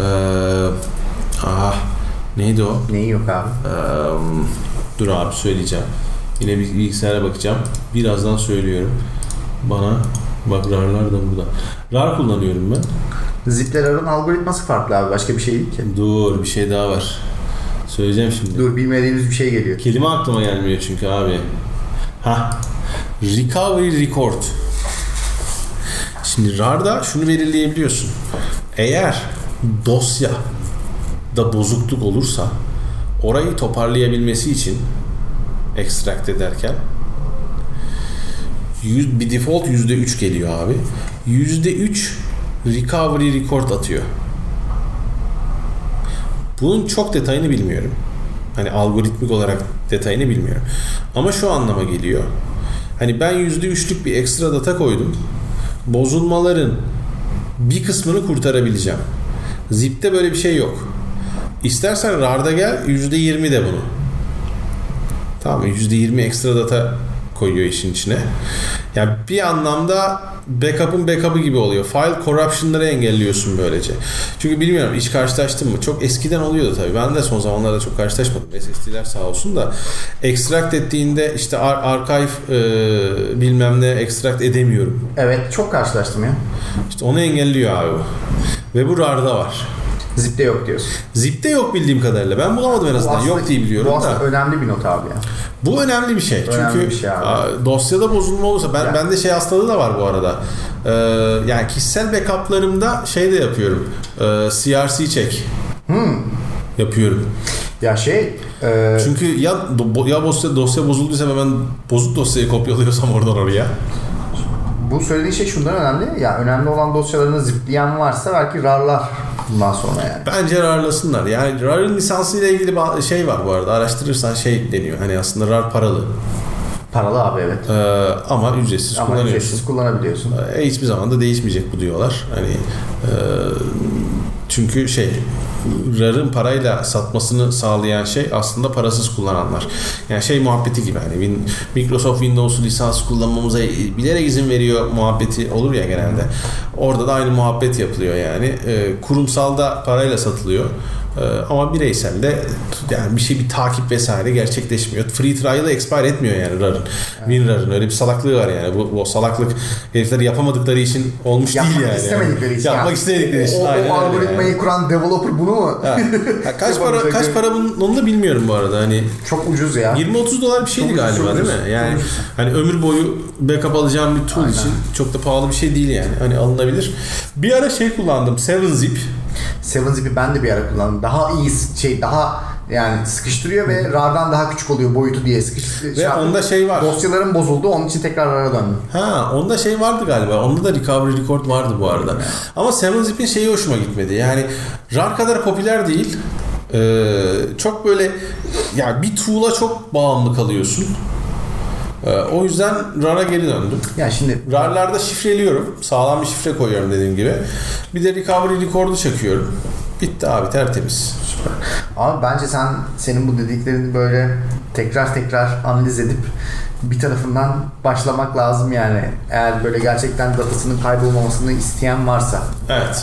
Neydi o?
Neyi yok abi?
Dur abi söyleyeceğim. Yine bir bilgisayara bakacağım. Birazdan söylüyorum. Bana bak, RAR'lar da burada. RAR kullanıyorum ben.
Zip'le RAR'ın algoritması farklı abi. Başka bir şey değil ki.
Dur, bir şey daha var. Söyleyeceğim şimdi.
Dur, bilmediğimiz bir şey geliyor.
Kelime aklıma gelmiyor çünkü abi. Recovery record. Şimdi RAR'da şunu belirleyebiliyorsun. Eğer dosya da bozukluk olursa orayı toparlayabilmesi için extract ederken bir default %3 geliyor abi. %3 recovery record atıyor. Bunun çok detayını bilmiyorum. Hani algoritmik olarak detayını bilmiyorum. Ama şu anlama geliyor. Hani ben %3'lük bir ekstra data koydum. Bozulmaların bir kısmını kurtarabileceğim. Zip'te böyle bir şey yok. İstersen RAR'da gel %20 de bunu. Tamam mı? %20 ekstra data koyuyor işin içine. Yani bir anlamda backup'ın backup'ı gibi oluyor. File corruption'ları engelliyorsun böylece. Çünkü bilmiyorum, hiç karşılaştın mı? Çok eskiden oluyordu tabii. Ben de son zamanlarda çok karşılaşmadım. SSD'ler sağ olsun da extract ettiğinde işte archive bilmem ne extract edemiyorum.
Evet, çok karşılaştım ya.
İşte onu engelliyor abi bu. Ve bu RAR'da var.
Zip'te yok diyorsun.
Zip'te yok bildiğim kadarıyla. Ben bulamadım en azından. Yok diye biliyorum da.
Bu aslında önemli bir not abi ya.
Bu önemli bir şey. Çünkü
bir şey
dosyada bozulma olursa bende hastalığı da var bu arada. Yani kişisel backup'larımda de yapıyorum. CRC check. Yapıyorum.
Ya
çünkü ya dosya bozulduysa ve ben bozuk dosyayı kopyalıyorsam oradan oraya.
Bu söylediğin şey şundan önemli. Ya önemli olan dosyalarını zipleyen varsa belki RAR'lar bundan sonra yani.
Bence RAR'lasınlar. Yani RAR'ın lisansıyla ilgili şey var bu arada. Araştırırsan deniyor. Hani aslında RAR paralı.
Paralı abi, evet.
Ama ücretsiz kullanıyorsun.
Ücretsiz kullanabiliyorsun.
Hiçbir zaman da değişmeyecek bu diyorlar. Hani çünkü RAR'ın parayla satmasını sağlayan şey aslında parasız kullananlar. Yani muhabbeti gibi, hani Microsoft Windows'u lisans kullanmamıza bilerek izin veriyor muhabbeti olur ya genelde. Orada da aynı muhabbet yapılıyor yani. Kurumsalda parayla satılıyor. Ama bireyselde yani bir takip vesaire gerçekleşmiyor. Free trial'ı expire etmiyor yani RAR'ın. WinRAR'ın öyle bir salaklığı var yani. Bu salaklık herifler yapamadıkları için olmuş değil yani. Yapmak istemedikleri için.
O algoritmayı kuran developer bunu mu?
Kaç para onu da bilmiyorum bu arada. Hani
çok ucuz ya.
$20-30 bir şeydi çok galiba ucuz, değil mi? Yani hani ömür boyu backup alacağım bir tool için çok da pahalı bir şey değil yani. Hani alınabilir. Bir ara kullandım. 7zip.
7zip'i ben de bir ara kullandım. Daha iyi daha yani sıkıştırıyor ve RAR'dan daha küçük oluyor boyutu diye sıkıştırıyor.
Ve onda var.
Dosyalarım bozuldu, onun için tekrar RAR'a döndüm.
Onda vardı galiba. Onda da recovery record vardı bu arada. Ama 7zip'in hoşuma gitmedi. Yani RAR kadar popüler değil. Çok böyle yani bir tool'a çok bağımlı kalıyorsun. O yüzden RAR'a geri döndüm.
Ya şimdi
RAR'larda şifreliyorum. Sağlam bir şifre koyuyorum dediğim gibi. Bir de recovery record'u çekiyorum. Bitti abi, tertemiz.
Süper. Abi bence senin bu dediklerini böyle tekrar analiz edip bir tarafından başlamak lazım yani. Eğer böyle gerçekten datasının kaybolmamasını isteyen varsa.
Evet.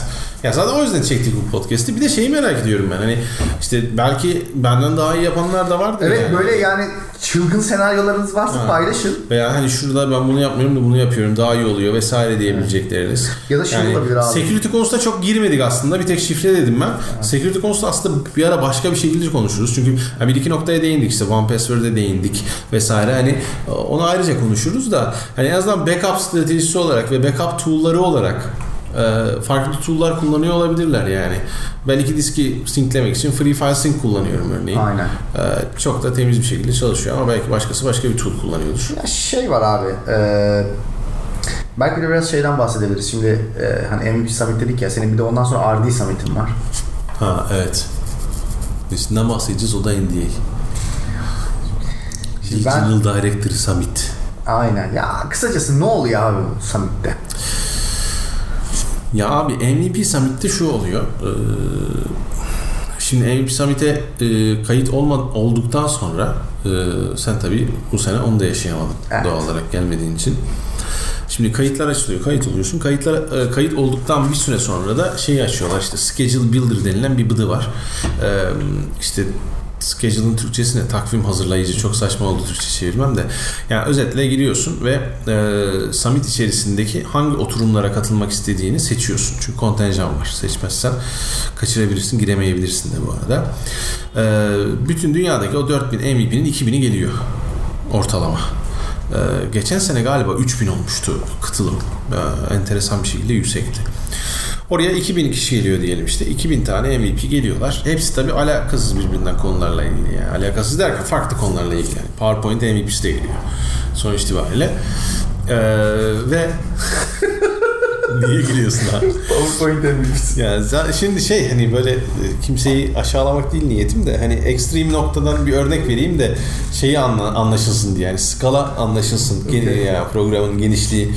Ya zaten o yüzden çektik bu podcast'i. Bir de şeyi merak ediyorum ben. Hani işte belki benden daha iyi yapanlar da vardır.
Evet
yani.
böyle yani çılgın senaryolarınız varsa paylaşın.
Veya hani şurada ben bunu yapmıyorum da bunu yapıyorum daha iyi oluyor vesaire diyebilecekleriniz.
Ya da şey olabilir abi.
Security konusunda çok girmedik aslında. Bir tek şifre dedim ben. Security konusunda aslında bir ara başka bir şekilde konuşuruz. Çünkü bir iki noktaya değindik işte. One Password'e değindik vesaire. Hani onu ayrıca konuşuruz da hani en azından backup stratejisi olarak ve backup tool'ları olarak farklı tool'lar kullanıyor olabilirler yani. Ben 2 diski synclemek için Free File Sync kullanıyorum örneğin.
Aynen.
Çok da temiz bir şekilde çalışıyor ama belki başkası başka bir tool kullanıyordur.
Ya şey var abi. Belki de biraz şeyden bahsedebiliriz. Şimdi hani MVP Summit dedik ya, senin bir de ondan sonra RD Summit'in var.
Ha evet. Üstünden bahsedeceğiz, o da NDA. Regional Director Summit.
Aynen. Ya kısacası ne oluyor abi bu Summit'te?
Ya abi MVP Summit'te şu oluyor. Şimdi MVP Summit'e kayıt olduktan sonra sen tabii bu sene onu da yaşayamadın, evet, doğal olarak gelmediğin için. Şimdi kayıtlar açılıyor, kayıt oluyorsun. Kayıt olduktan bir süre sonra da şeyi açıyorlar, işte Schedule Builder denilen bir bıdı var. İşte schedule'ın Türkçesi ne? Takvim hazırlayıcı. Çok saçma oldu Türkçe çevirmem de. Yani özetle giriyorsun ve summit içerisindeki hangi oturumlara katılmak istediğini seçiyorsun. Çünkü kontenjan var. Seçmezsen kaçırabilirsin, giremeyebilirsin de bu arada. Bütün dünyadaki o 4000 MVP'nin 2000'i geliyor ortalama. Geçen sene galiba 3000 olmuştu katılım. Enteresan bir şekilde yüksekti. Oraya 2000 kişi geliyor diyelim işte. 2000 tane MVP geliyorlar. Hepsi tabii alakasız birbirinden konularla ilgili. Yani alakasız derken farklı konularla ilgili. Yani PowerPoint MVP'si de geliyor. Sonuç itibariyle. Ve niye gülüyorsun abi?
PowerPoint MVP'si.
Yani şimdi hani böyle kimseyi aşağılamak değil niyetim de hani ekstrem noktadan bir örnek vereyim de şeyi anlaşılsın diye. Yani skala anlaşılsın. Okay. Yani programın genişliği.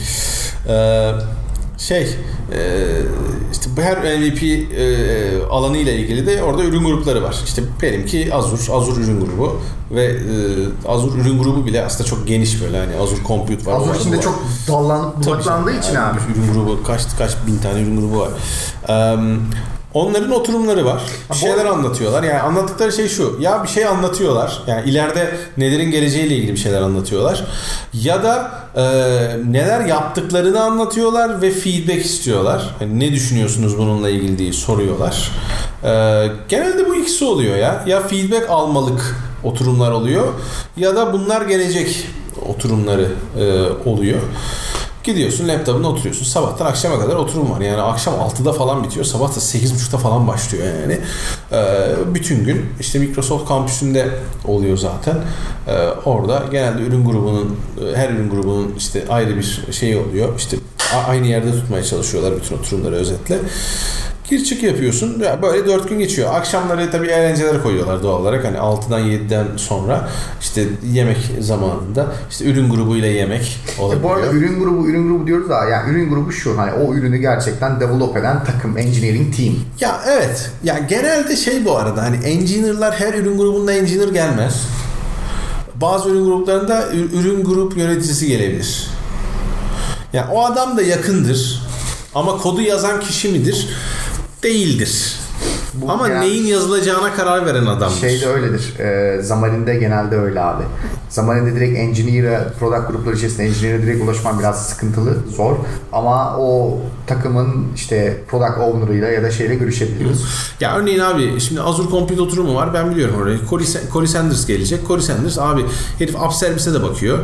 İşte her MVP alanı ile ilgili de orada ürün grupları var. İşte benimki Azure ürün grubu ve Azure ürün grubu bile aslında çok geniş böyle, hani Azure Compute var.
Azure içinde çok dallanıp budaklandığı için
yani
abi.
Ürün grubu kaç bin tane ürün grubu var. Onların oturumları var. Bir şeyler anlatıyorlar. Yani anlattıkları şey şu. Ya bir şey anlatıyorlar. Yani ileride nelerin geleceğiyle ilgili bir şeyler anlatıyorlar. Ya da neler yaptıklarını anlatıyorlar ve feedback istiyorlar. Yani ne düşünüyorsunuz bununla ilgili diye soruyorlar. Genelde bu ikisi oluyor ya. Ya feedback almalık oturumlar oluyor ya da bunlar gelecek oturumları oluyor. Gidiyorsun laptopuna oturuyorsun. Sabahtan akşama kadar oturum var. Yani akşam 6'da falan bitiyor. Sabah da 8.30'da falan başlıyor yani. Bütün gün işte Microsoft kampüsünde oluyor zaten. Orada genelde her ürün grubunun işte ayrı bir şey oluyor. İşte aynı yerde tutmaya çalışıyorlar bütün oturumları özetle. Gir çık yapıyorsun. Ya böyle 4 gün geçiyor. Akşamları tabii eğlenceler koyuyorlar doğal olarak. Hani 6'dan 7'den sonra işte yemek zamanında işte ürün grubuyla yemek olabiliyor.
Bu arada ürün grubu diyoruz da yani ürün grubu şu, hani o ürünü gerçekten develop eden takım, engineering team.
Ya evet. Ya genelde bu arada hani engineer'lar her ürün grubunda engineer gelmez. Bazı ürün gruplarında ürün grup yöneticisi gelebilir. Yani o adam da yakındır. Ama kodu yazan kişi midir? Değildir. Bu ama neyin yazılacağına karar veren adamdır.
Şey de öyledir. Xamarin'de genelde öyle abi. Xamarin'de direkt engineer'a, product grupları içerisinde engineer'a direkt ulaşman biraz sıkıntılı, zor. Ama o takımın işte product owner'ıyla ya da şeyle görüşebiliyoruz.
Ya örneğin abi şimdi Azure Compute oturumu var. Ben biliyorum orayı. Corey Sanders gelecek. Corey Sanders abi herif App Service'e de bakıyor.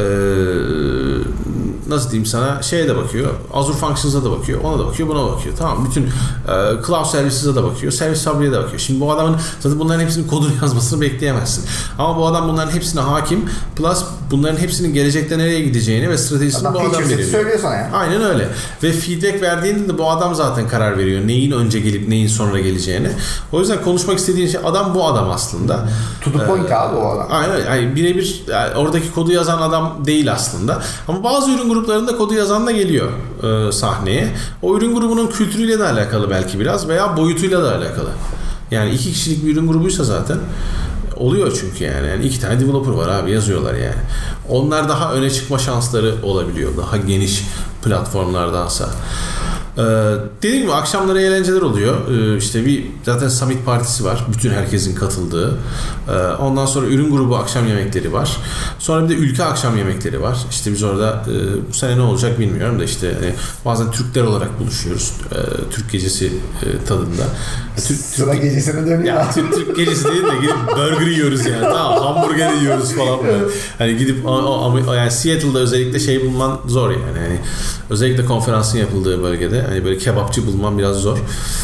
Nasıl diyeyim sana, şeye de bakıyor. Azure Functions'a da bakıyor. Ona da bakıyor, buna bakıyor. Tamam, bütün Cloud Services'e de bakıyor. Service Fabric'e de bakıyor. Şimdi bu adamın zaten bunların hepsinin kodunu yazmasını bekleyemezsin. Ama bu adam bunların hepsine hakim. Plus bunların hepsinin gelecekte nereye gideceğini ve stratejisini bu adam veriyor.
Söylüyor sana yani.
Aynen öyle. Ve feedback verdiğinde de bu adam zaten karar veriyor. Neyin önce gelip neyin sonra geleceğini. O yüzden konuşmak istediğin şey bu adam aslında.
To the point abi o adam.
Aynen öyle. Yani birebir oradaki kodu yazan adam değil aslında. Ama bazı ürün gruplarında kodu yazan da geliyor sahneye. O ürün grubunun kültürüyle de alakalı belki biraz veya boyutuyla da alakalı. Yani 2 kişilik bir ürün grubuysa zaten oluyor çünkü yani 2 tane developer var abi, yazıyorlar yani. Onlar daha öne çıkma şansları olabiliyor daha geniş platformlardansa. Dediğim gibi akşamları eğlenceler oluyor. İşte bir zaten summit partisi var. Bütün herkesin katıldığı. Ondan sonra ürün grubu akşam yemekleri var. Sonra bir de ülke akşam yemekleri var. İşte biz orada bu sene ne olacak bilmiyorum da işte bazen Türkler olarak buluşuyoruz. Türk gecesi tadında.
Sıra gecesine dönüyor.
Ya Türk gecesi değil de gidip burger yiyoruz yani. Tamam, hamburger yiyoruz falan böyle. Hani gidip yani Seattle'da özellikle şey bulman zor yani. Hani özellikle konferansın yapıldığı bölgede hani böyle kebapçı bulman biraz zor.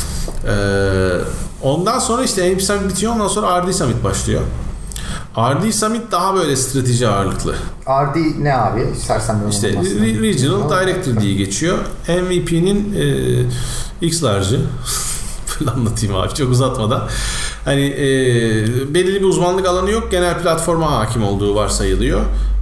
Ondan sonra işte NP Summit bitiyor. Ondan sonra RD Summit başlıyor. RD Summit daha böyle strateji ağırlıklı.
RD ne abi? İstersen ben
İşte Regional Director diye geçiyor. MVP'nin X-Large'ı anlatayım abi çok uzatmadan. Hani belirli bir uzmanlık alanı yok. Genel platforma hakim olduğu varsayılıyor.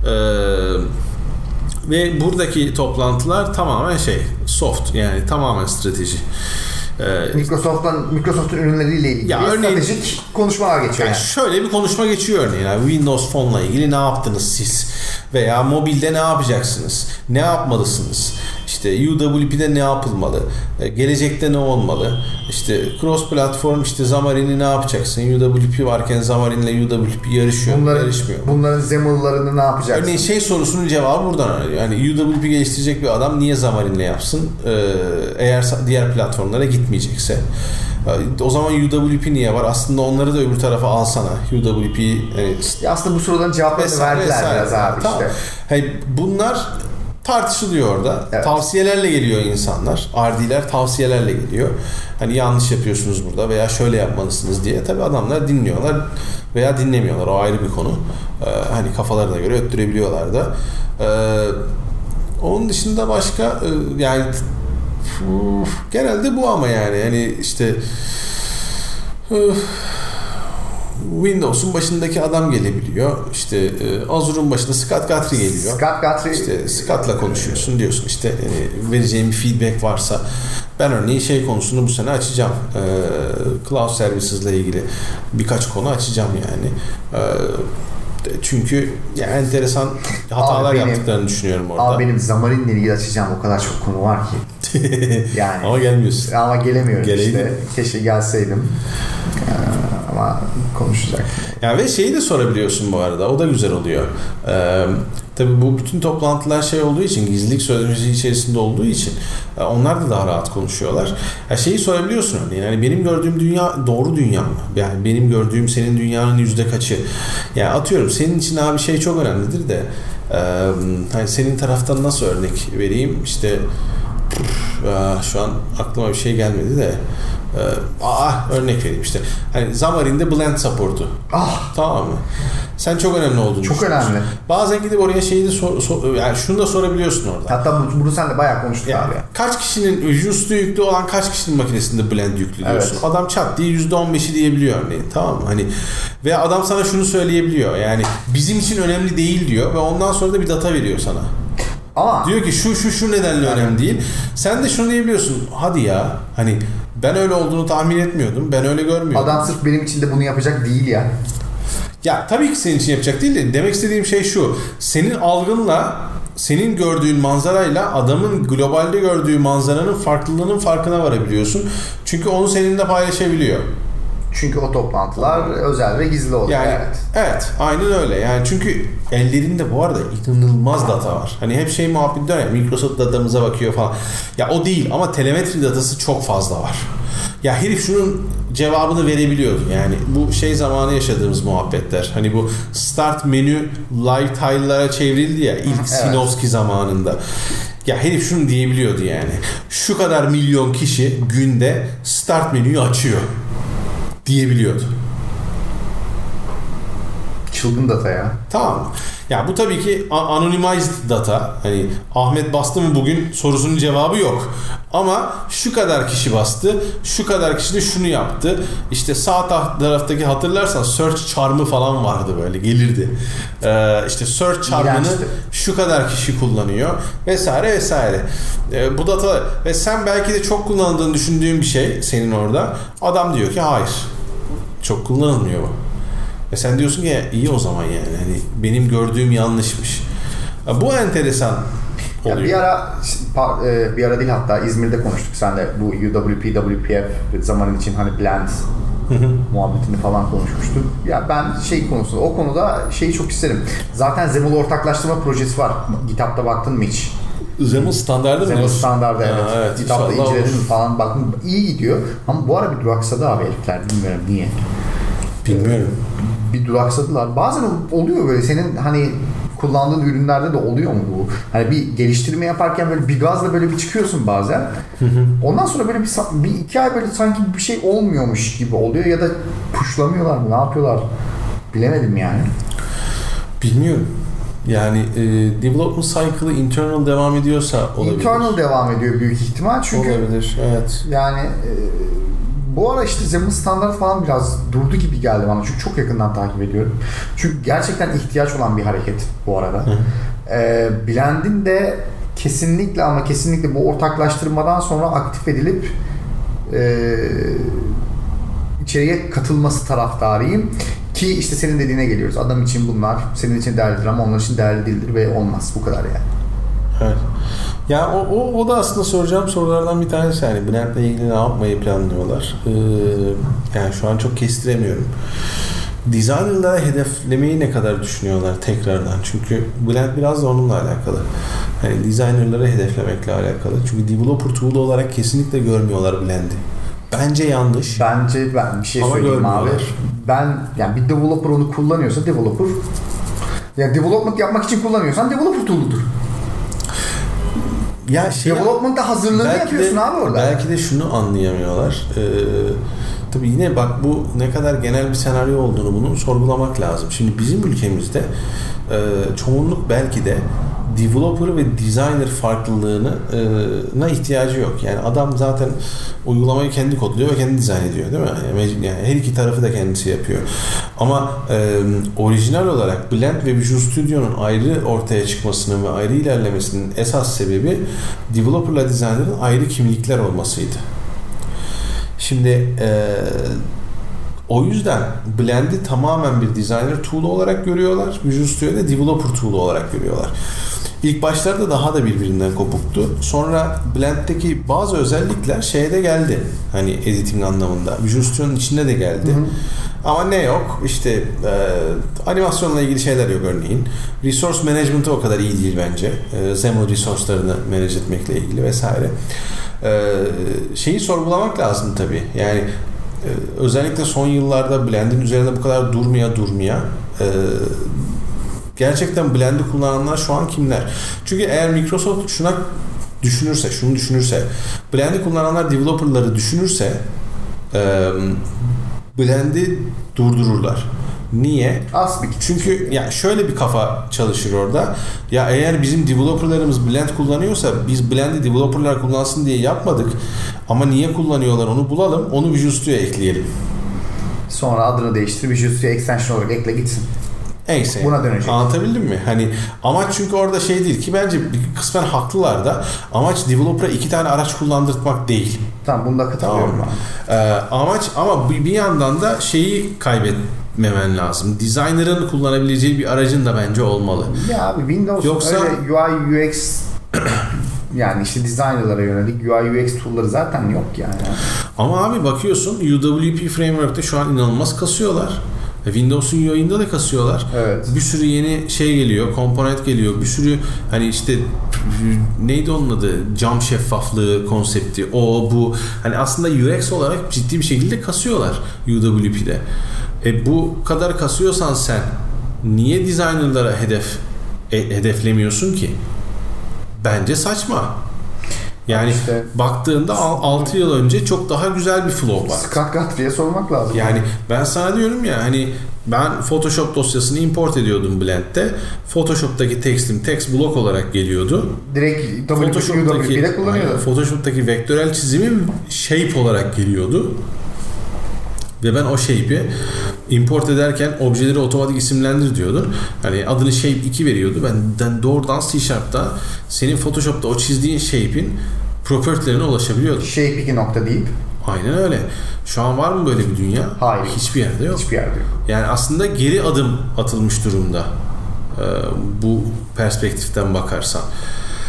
Ve buradaki toplantılar tamamen soft yani tamamen strateji.
Microsoft'un ürünleriyle ilgili stratejik konuşmalar geçiyor.
Yani şöyle bir konuşma geçiyor örneğin. Yani Windows Phone'la ilgili ne yaptınız siz? Veya mobilde ne yapacaksınız? Ne yapmalısınız? İşte UWP'de ne yapılmalı? Gelecekte ne olmalı? İşte cross platform işte Xamarin'i ne yapacaksın? UWP varken Xamarin'le UWP yarışıyor mu? Yarışmıyor mu?
Bunların XAML'larını ne yapacaksın?
Örneğin sorusunun cevabı buradan arıyor. Yani UWP geliştirecek bir adam niye Xamarin'le yapsın? Eğer diğer platformlara gitmeyecekse. O zaman UWP niye var? Aslında onları da öbür tarafa alsana. UWP
aslında bu soruların cevaplarını verdiler biraz abi
tamam.
işte.
Hayır, bunlar tartışılıyor orada. Evet. Tavsiyelerle geliyor insanlar. RD'ler tavsiyelerle geliyor. Hani yanlış yapıyorsunuz burada veya şöyle yapmalısınız diye. Tabii adamlar dinliyorlar veya dinlemiyorlar. O ayrı bir konu. Hani kafalarına göre öttürebiliyorlar da. Onun dışında başka yani genelde bu ama yani hani işte Windows'un başındaki adam gelebiliyor. İşte Azure'un başında Scott Guthrie geliyor.
Scott Guthrie.
İşte Scott'la konuşuyorsun diyorsun işte vereceğim bir feedback varsa ben örneğin konusunu bu sene açacağım. Cloud Services'la ilgili birkaç konu açacağım yani. Çünkü yani enteresan hatalar yaptıklarını düşünüyorum orada.
Abi benim Xamarin'le ilgili açacağım o kadar çok konu var ki. Yani.
Ama gelmiyorsun.
Ama gelemiyorum
Geleydin.
işte. Keşke gelseydim. Ama konuşacak.
Ya ve de sorabiliyorsun bu arada. O da güzel oluyor. Tabii bu bütün toplantılar olduğu için, gizlilik sözleşmesi içerisinde olduğu için onlar da daha rahat konuşuyorlar. Ya sorabiliyorsun örneğin. Yani benim gördüğüm dünya doğru dünya mı? Yani benim gördüğüm senin dünyanın %kaçı? Yani atıyorum senin için abi çok önemlidir de hani senin taraftan nasıl örnek vereyim? İşte şu an aklıma bir şey gelmedi de örnek vereyim işte. Hani Xamarin'de blend support'u. Tamam mı? Sen çok önemli olduğunu
çok önemli.
Bazen gidip oraya yani şunu da sorabiliyorsun orada.
Hatta bunu sen de bayağı konuştuk
yani,
abi.
Kaç kişinin üstü yüklü olan kaç kişinin makinesinde blend yüklü diyorsun. Evet. Adam çat diye %15'i diyebiliyor örneğin. Tamam mı? Hani ve adam sana şunu söyleyebiliyor. Yani bizim için önemli değil diyor ve ondan sonra da bir data veriyor sana.
Ama
diyor ki şu nedenle önemli değil. Sen de şunu diyebiliyorsun. Hadi ya. Hani ben öyle olduğunu tahmin etmiyordum. Ben öyle görmüyordum.
Adam sırf benim için de bunu yapacak değil ya.
Ya tabii ki senin için yapacak değil de demek istediğim şey şu. Senin algınla senin gördüğün manzarayla adamın globalde gördüğü manzaranın farklılığının farkına varabiliyorsun. Çünkü onu seninle paylaşabiliyor.
Çünkü o toplantılar özel ve gizli oluyor.
Yani, evet. Aynen öyle. Yani çünkü ellerinde bu arada inanılmaz data var. Hani hep muhabbet dönüyor ya, Microsoft datamıza bakıyor falan. Ya o değil ama telemetri datası çok fazla var. Ya herif şunun cevabını verebiliyordu. Yani bu zamanı yaşadığımız muhabbetler. Hani bu start menü live tile'lara çevrildi ya ilk Sinovsky zamanında. Ya herif şunu diyebiliyordu yani. Şu kadar milyon kişi günde start menüyü açıyor diyebiliyordu.
Çılgın data ya.
Tamam. Ya bu tabii ki anonymized data. Hani Ahmet bastı mı bugün sorusunun cevabı yok. Ama şu kadar kişi bastı, şu kadar kişi de şunu yaptı. İşte sağ taraftaki hatırlarsan search charm'ı falan vardı böyle gelirdi. İşte search charm'ını şu kadar kişi kullanıyor vesaire vesaire. Bu data ve sen belki de çok kullanıldığını düşündüğün bir şey senin orada. Adam diyor ki hayır. Çok kullanılmıyor bu. Ve sen diyorsun ki iyi o zaman yani. Hani benim gördüğüm yanlışmış. Bu enteresan oluyor.
Ya bir ara bir ara değil hatta İzmir'de konuştuk senle bu UWP, WPF zamanın için hani blend muhabbetini falan konuşmuştuk. Ya ben o konuda şeyi çok isterim. Zaten Zemul ortaklaştırma projesi var. GitHub'da baktın mı hiç?
Zemul standardı mı?
Zemul standardı evet.
Evet
GitHub'da inceledim falan baktım. İyi gidiyor. Ama bu ara bir duraksadı abi herifler. Bilmiyorum niye.
Bilmiyorum.
Bir duraksadılar. Bazen oluyor böyle senin hani kullandığın ürünlerde de oluyor mu bu? Hani bir geliştirme yaparken böyle bir gazla böyle bir çıkıyorsun bazen. Ondan sonra böyle bir iki ay böyle sanki bir şey olmuyormuş gibi oluyor ya da pushlamıyorlar mı? Ne yapıyorlar? Bilemedim yani.
Bilmiyorum. Yani development cycle'ı internal devam ediyorsa olabilir.
Internal devam ediyor büyük ihtimal çünkü
olabilir. Evet.
Yani bu ara işte Zemul standart falan biraz durdu gibi geldi bana çünkü çok yakından takip ediyorum. Çünkü gerçekten ihtiyaç olan bir hareket bu arada. Blend'in de kesinlikle ama kesinlikle bu ortaklaştırmadan sonra aktif edilip içeriye katılması taraftarıyım. Ki işte senin dediğine geliyoruz. Adam için bunlar senin için değerlidir ama onlar için değerli değildir ve olmaz. Bu kadar yani.
Evet. Ya o da aslında soracağım sorulardan bir tanesi. Yani Blend'le ilgili ne yapmayı planlıyorlar? Yani şu an çok kestiremiyorum. Designer'lara hedeflemeyi ne kadar düşünüyorlar tekrardan? Çünkü Blend biraz da onunla alakalı. Yani designer'lara hedeflemekle alakalı. Çünkü developer tool olarak kesinlikle görmüyorlar Blend'i. Bence yanlış.
Bence ben bir şey söyleyeyim abi. Ben yani bir developer onu kullanıyorsa developer yani development yapmak için kullanıyorsan developer tool'udur.
Ya
development'ta hazırlığını yapıyorsun abi orada.
Belki de şunu anlayamıyorlar. Tabii yine bak bu ne kadar genel bir senaryo olduğunu bunu sorgulamak lazım. Şimdi bizim ülkemizde çoğunluk belki de developer ve designer farklılığına ihtiyacı yok. Yani adam zaten uygulamayı kendi kodluyor ve kendi dizayn ediyor değil mi? Yani her iki tarafı da kendisi yapıyor. Ama orijinal olarak Blend ve Visual Studio'nun ayrı ortaya çıkmasının ve ayrı ilerlemesinin esas sebebi developer'la designer'ın ayrı kimlikler olmasıydı. Şimdi o yüzden Blend'i tamamen bir designer tool olarak görüyorlar. Visual Studio'da developer tool olarak görüyorlar. İlk başlarda daha da birbirinden kopuktu. Sonra Blend'deki bazı özellikler şeyde geldi. Hani editing anlamında. Visual Studio'nun içinde de geldi. Ama ne yok? İşte animasyonla ilgili şeyler yok örneğin. Resource management'ı o kadar iyi değil bence. Zemul resource'larını manage etmekle ilgili vesaire. Şeyi sorgulamak lazım tabii. Yani özellikle son yıllarda Blend'in üzerinde bu kadar durmaya gerçekten Blend'i kullananlar şu an kimler? Çünkü eğer Microsoft şunu düşünürse Blend'i kullananlar developer'ları düşünürse Blend'i durdururlar. Niye? Çünkü ya şöyle bir kafa çalışır orada. Ya eğer bizim developerlarımız Blend kullanıyorsa biz Blend'i developerlar kullansın diye yapmadık. Ama niye kullanıyorlar onu bulalım. Onu Visual Studio'ya ekleyelim.
Sonra adını değiştir Visual Studio extension olarak ekle gitsin.
Neyse.
Buna dönecek.
Anlatabildim mi? Hani amaç çünkü orada şey değil ki bence kısmen haklılar da amaç developer'a 2 tane araç kullandırtmak değil.
Tamam bunda katılıyorum.
Tamam. Amaç ama bir yandan da şeyi kaybetmemen lazım. Designer'ın kullanabileceği bir aracın da bence olmalı.
Ya abi Windows
yoksa
öyle UI UX yani işte designer'lara yönelik UI UX tool'ları zaten yok yani.
Ama abi bakıyorsun UWP Framework'te şu an inanılmaz kasıyorlar. Windows'un UI'ında da kasıyorlar.
Evet.
Bir sürü yeni şey geliyor, komponent geliyor. Bir sürü hani işte neydi onun adı? Cam şeffaflığı konsepti. Bu hani aslında UX olarak ciddi bir şekilde kasıyorlar UWP'de. Bu kadar kasıyorsan sen niye designer'lara hedeflemiyorsun ki? Bence saçma. Yani işte, baktığında 6 yıl önce çok daha güzel bir flow var.
Scott Guthrie'ye sormak lazım.
Yani ben sana diyorum ya hani ben Photoshop dosyasını import ediyordum Blend'de. Photoshop'taki tekstim text block olarak geliyordu.
Direkt WP'de kullanıyordum.
Photoshop'taki vektörel çizimim shape olarak geliyordu. Ve ben o shape'i import ederken objeleri otomatik isimlendir diyordun. Hani adını shape 2 veriyordu. Ben doğrudan C# senin Photoshop'ta o çizdiğin shape'in property'lerine ulaşabiliyordum.
Shape 2 nokta deyip.
Aynen öyle. Şu an var mı böyle bir dünya?
Hayır.
Hiçbir yerde yok.
Hiçbir yerde yok.
Yani aslında geri adım atılmış durumda. Bu perspektiften bakarsan.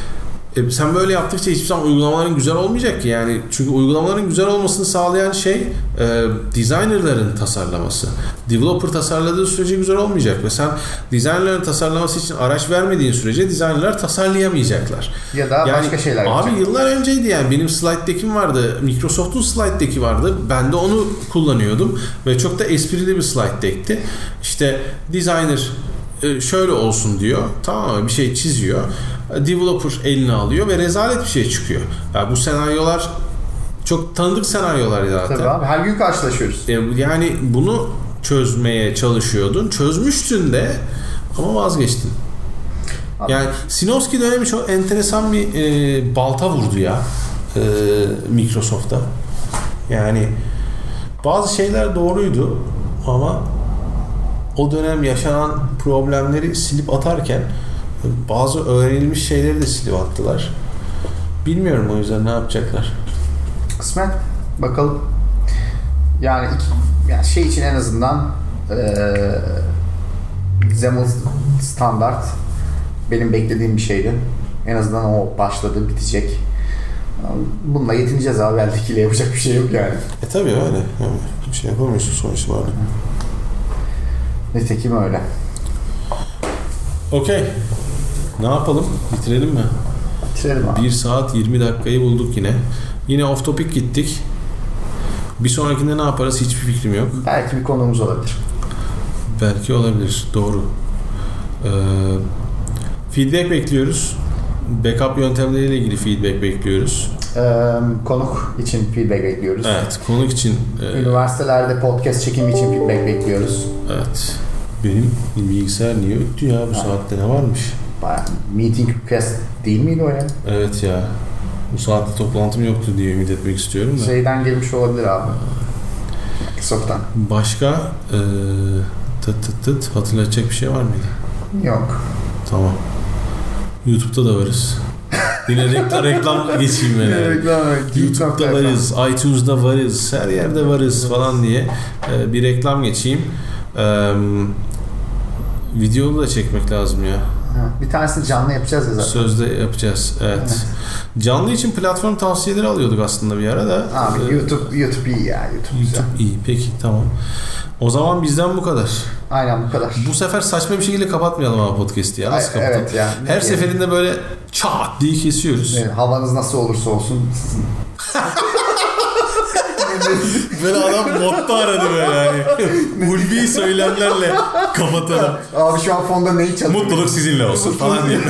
Sen böyle yaptıkça hiçbir zaman uygulamaların güzel olmayacak ki yani. Çünkü uygulamaların güzel olmasını sağlayan şey designerların tasarlaması. Developer tasarladığı sürece güzel olmayacak ve sen designerların tasarlaması için araç vermediğin sürece designerlar tasarlayamayacaklar.
Ya da yani, başka şeyler
yapacak. Abi yıllar önceydi yani. Benim slide deck'im vardı. Microsoft'un slide deck'i vardı. Ben de onu kullanıyordum ve çok da esprili bir slide deck'ti. İşte designer şöyle olsun diyor. Tamam mı? Bir şey çiziyor. Developer eline alıyor ve rezalet bir şey çıkıyor. Yani bu senaryolar çok tanıdık senaryolar zaten.
Tabii abi, her gün karşılaşıyoruz.
Yani bunu çözmeye çalışıyordun. Çözmüştün de ama vazgeçtin. Abi. Yani Sinofsky dönemi çok enteresan bir balta vurdu ya Microsoft'a. Yani bazı şeyler doğruydu ama o dönem yaşanan problemleri silip atarken bazı öğrenilmiş şeyleri de silip attılar. Bilmiyorum o yüzden ne yapacaklar.
Kısmen bakalım. Yani şey için en azından XAML standart benim beklediğim bir şeydi. En azından o başladı, bitecek. Bununla yetineceğiz abi. Belki yapacak bir şey yok yani.
Tabii öyle. Yani bir şey yapamıyorsun sonuçta bari.
Nitekim öyle.
Okey. Ne yapalım? Bitirelim mi?
Bitirelim abi.
1 saat 20 dakikayı bulduk yine. Yine off topic gittik. Bir sonrakinde ne yaparız hiçbir fikrim yok.
Belki bir konumuz olabilir.
Belki olabilir. Doğru. Feedback bekliyoruz. Backup yöntemleriyle ilgili feedback bekliyoruz.
Konuk için feedback bekliyoruz.
Evet. Konuk için.
Üniversitelerde podcast çekimi için feedback bekliyoruz.
Evet. Benim bilgisayar niye öttü ya bu saatte, ne varmış?
Bayağı meeting request değil miydi o ya?
Evet ya. Bu saatte toplantım yoktu diye ümit etmek istiyorum da.
Şeyden gelmiş olabilir abi. Microsoft'tan.
Başka hatırlatacak bir şey var mıydı?
Yok.
Tamam. YouTube'da da varız. Yine reklam geçeyim ben. YouTube'da varız, iTunes'da varız, her yerde varız falan diye bir reklam geçeyim. Videolu da çekmek lazım ya.
Bir tanesini canlı yapacağız ya zaten.
Sözde yapacağız. Evet. Canlı için platform tavsiyeleri alıyorduk aslında bir ara da.
Abi YouTube iyi ya.
YouTube iyi. Peki tamam. O zaman bizden bu kadar.
Aynen bu kadar.
Bu sefer saçma bir şekilde kapatmayalım abi podcast'i ya. Nasıl kapatalım?
Evet yani.
Her seferinde böyle çat diye kesiyoruz.
Evet, havanız nasıl olursa olsun.
Böyle adam modda aradı böyle yani. Ulvi söylemlerle kapatalım.
Abi şu an fonda neyi çalıyor?
Mutluluk sizinle olsun falan diye.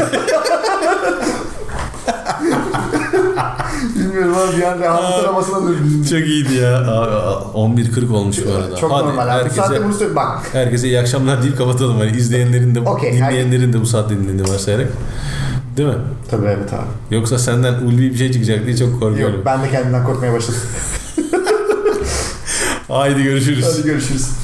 Bilmiyorum abi, bir an rahatlık aramasına döndüm.
Çok iyiydi ya. Abi 11.40 olmuş bu arada.
Çok hadi, normal abi. Bu saatte bunu söyle bak.
Herkese iyi akşamlar deyip kapatalım. Hani izleyenlerin de dinleyenlerin de bu saatte dinlediğini varsayarak. Değil mi?
Tabii evet abi.
Yoksa senden ulvi bir şey çıkacak diye çok korkuyorum.
Yok, ben de kendimden korkmaya başladım.
Haydi görüşürüz.
Hadi görüşürüz.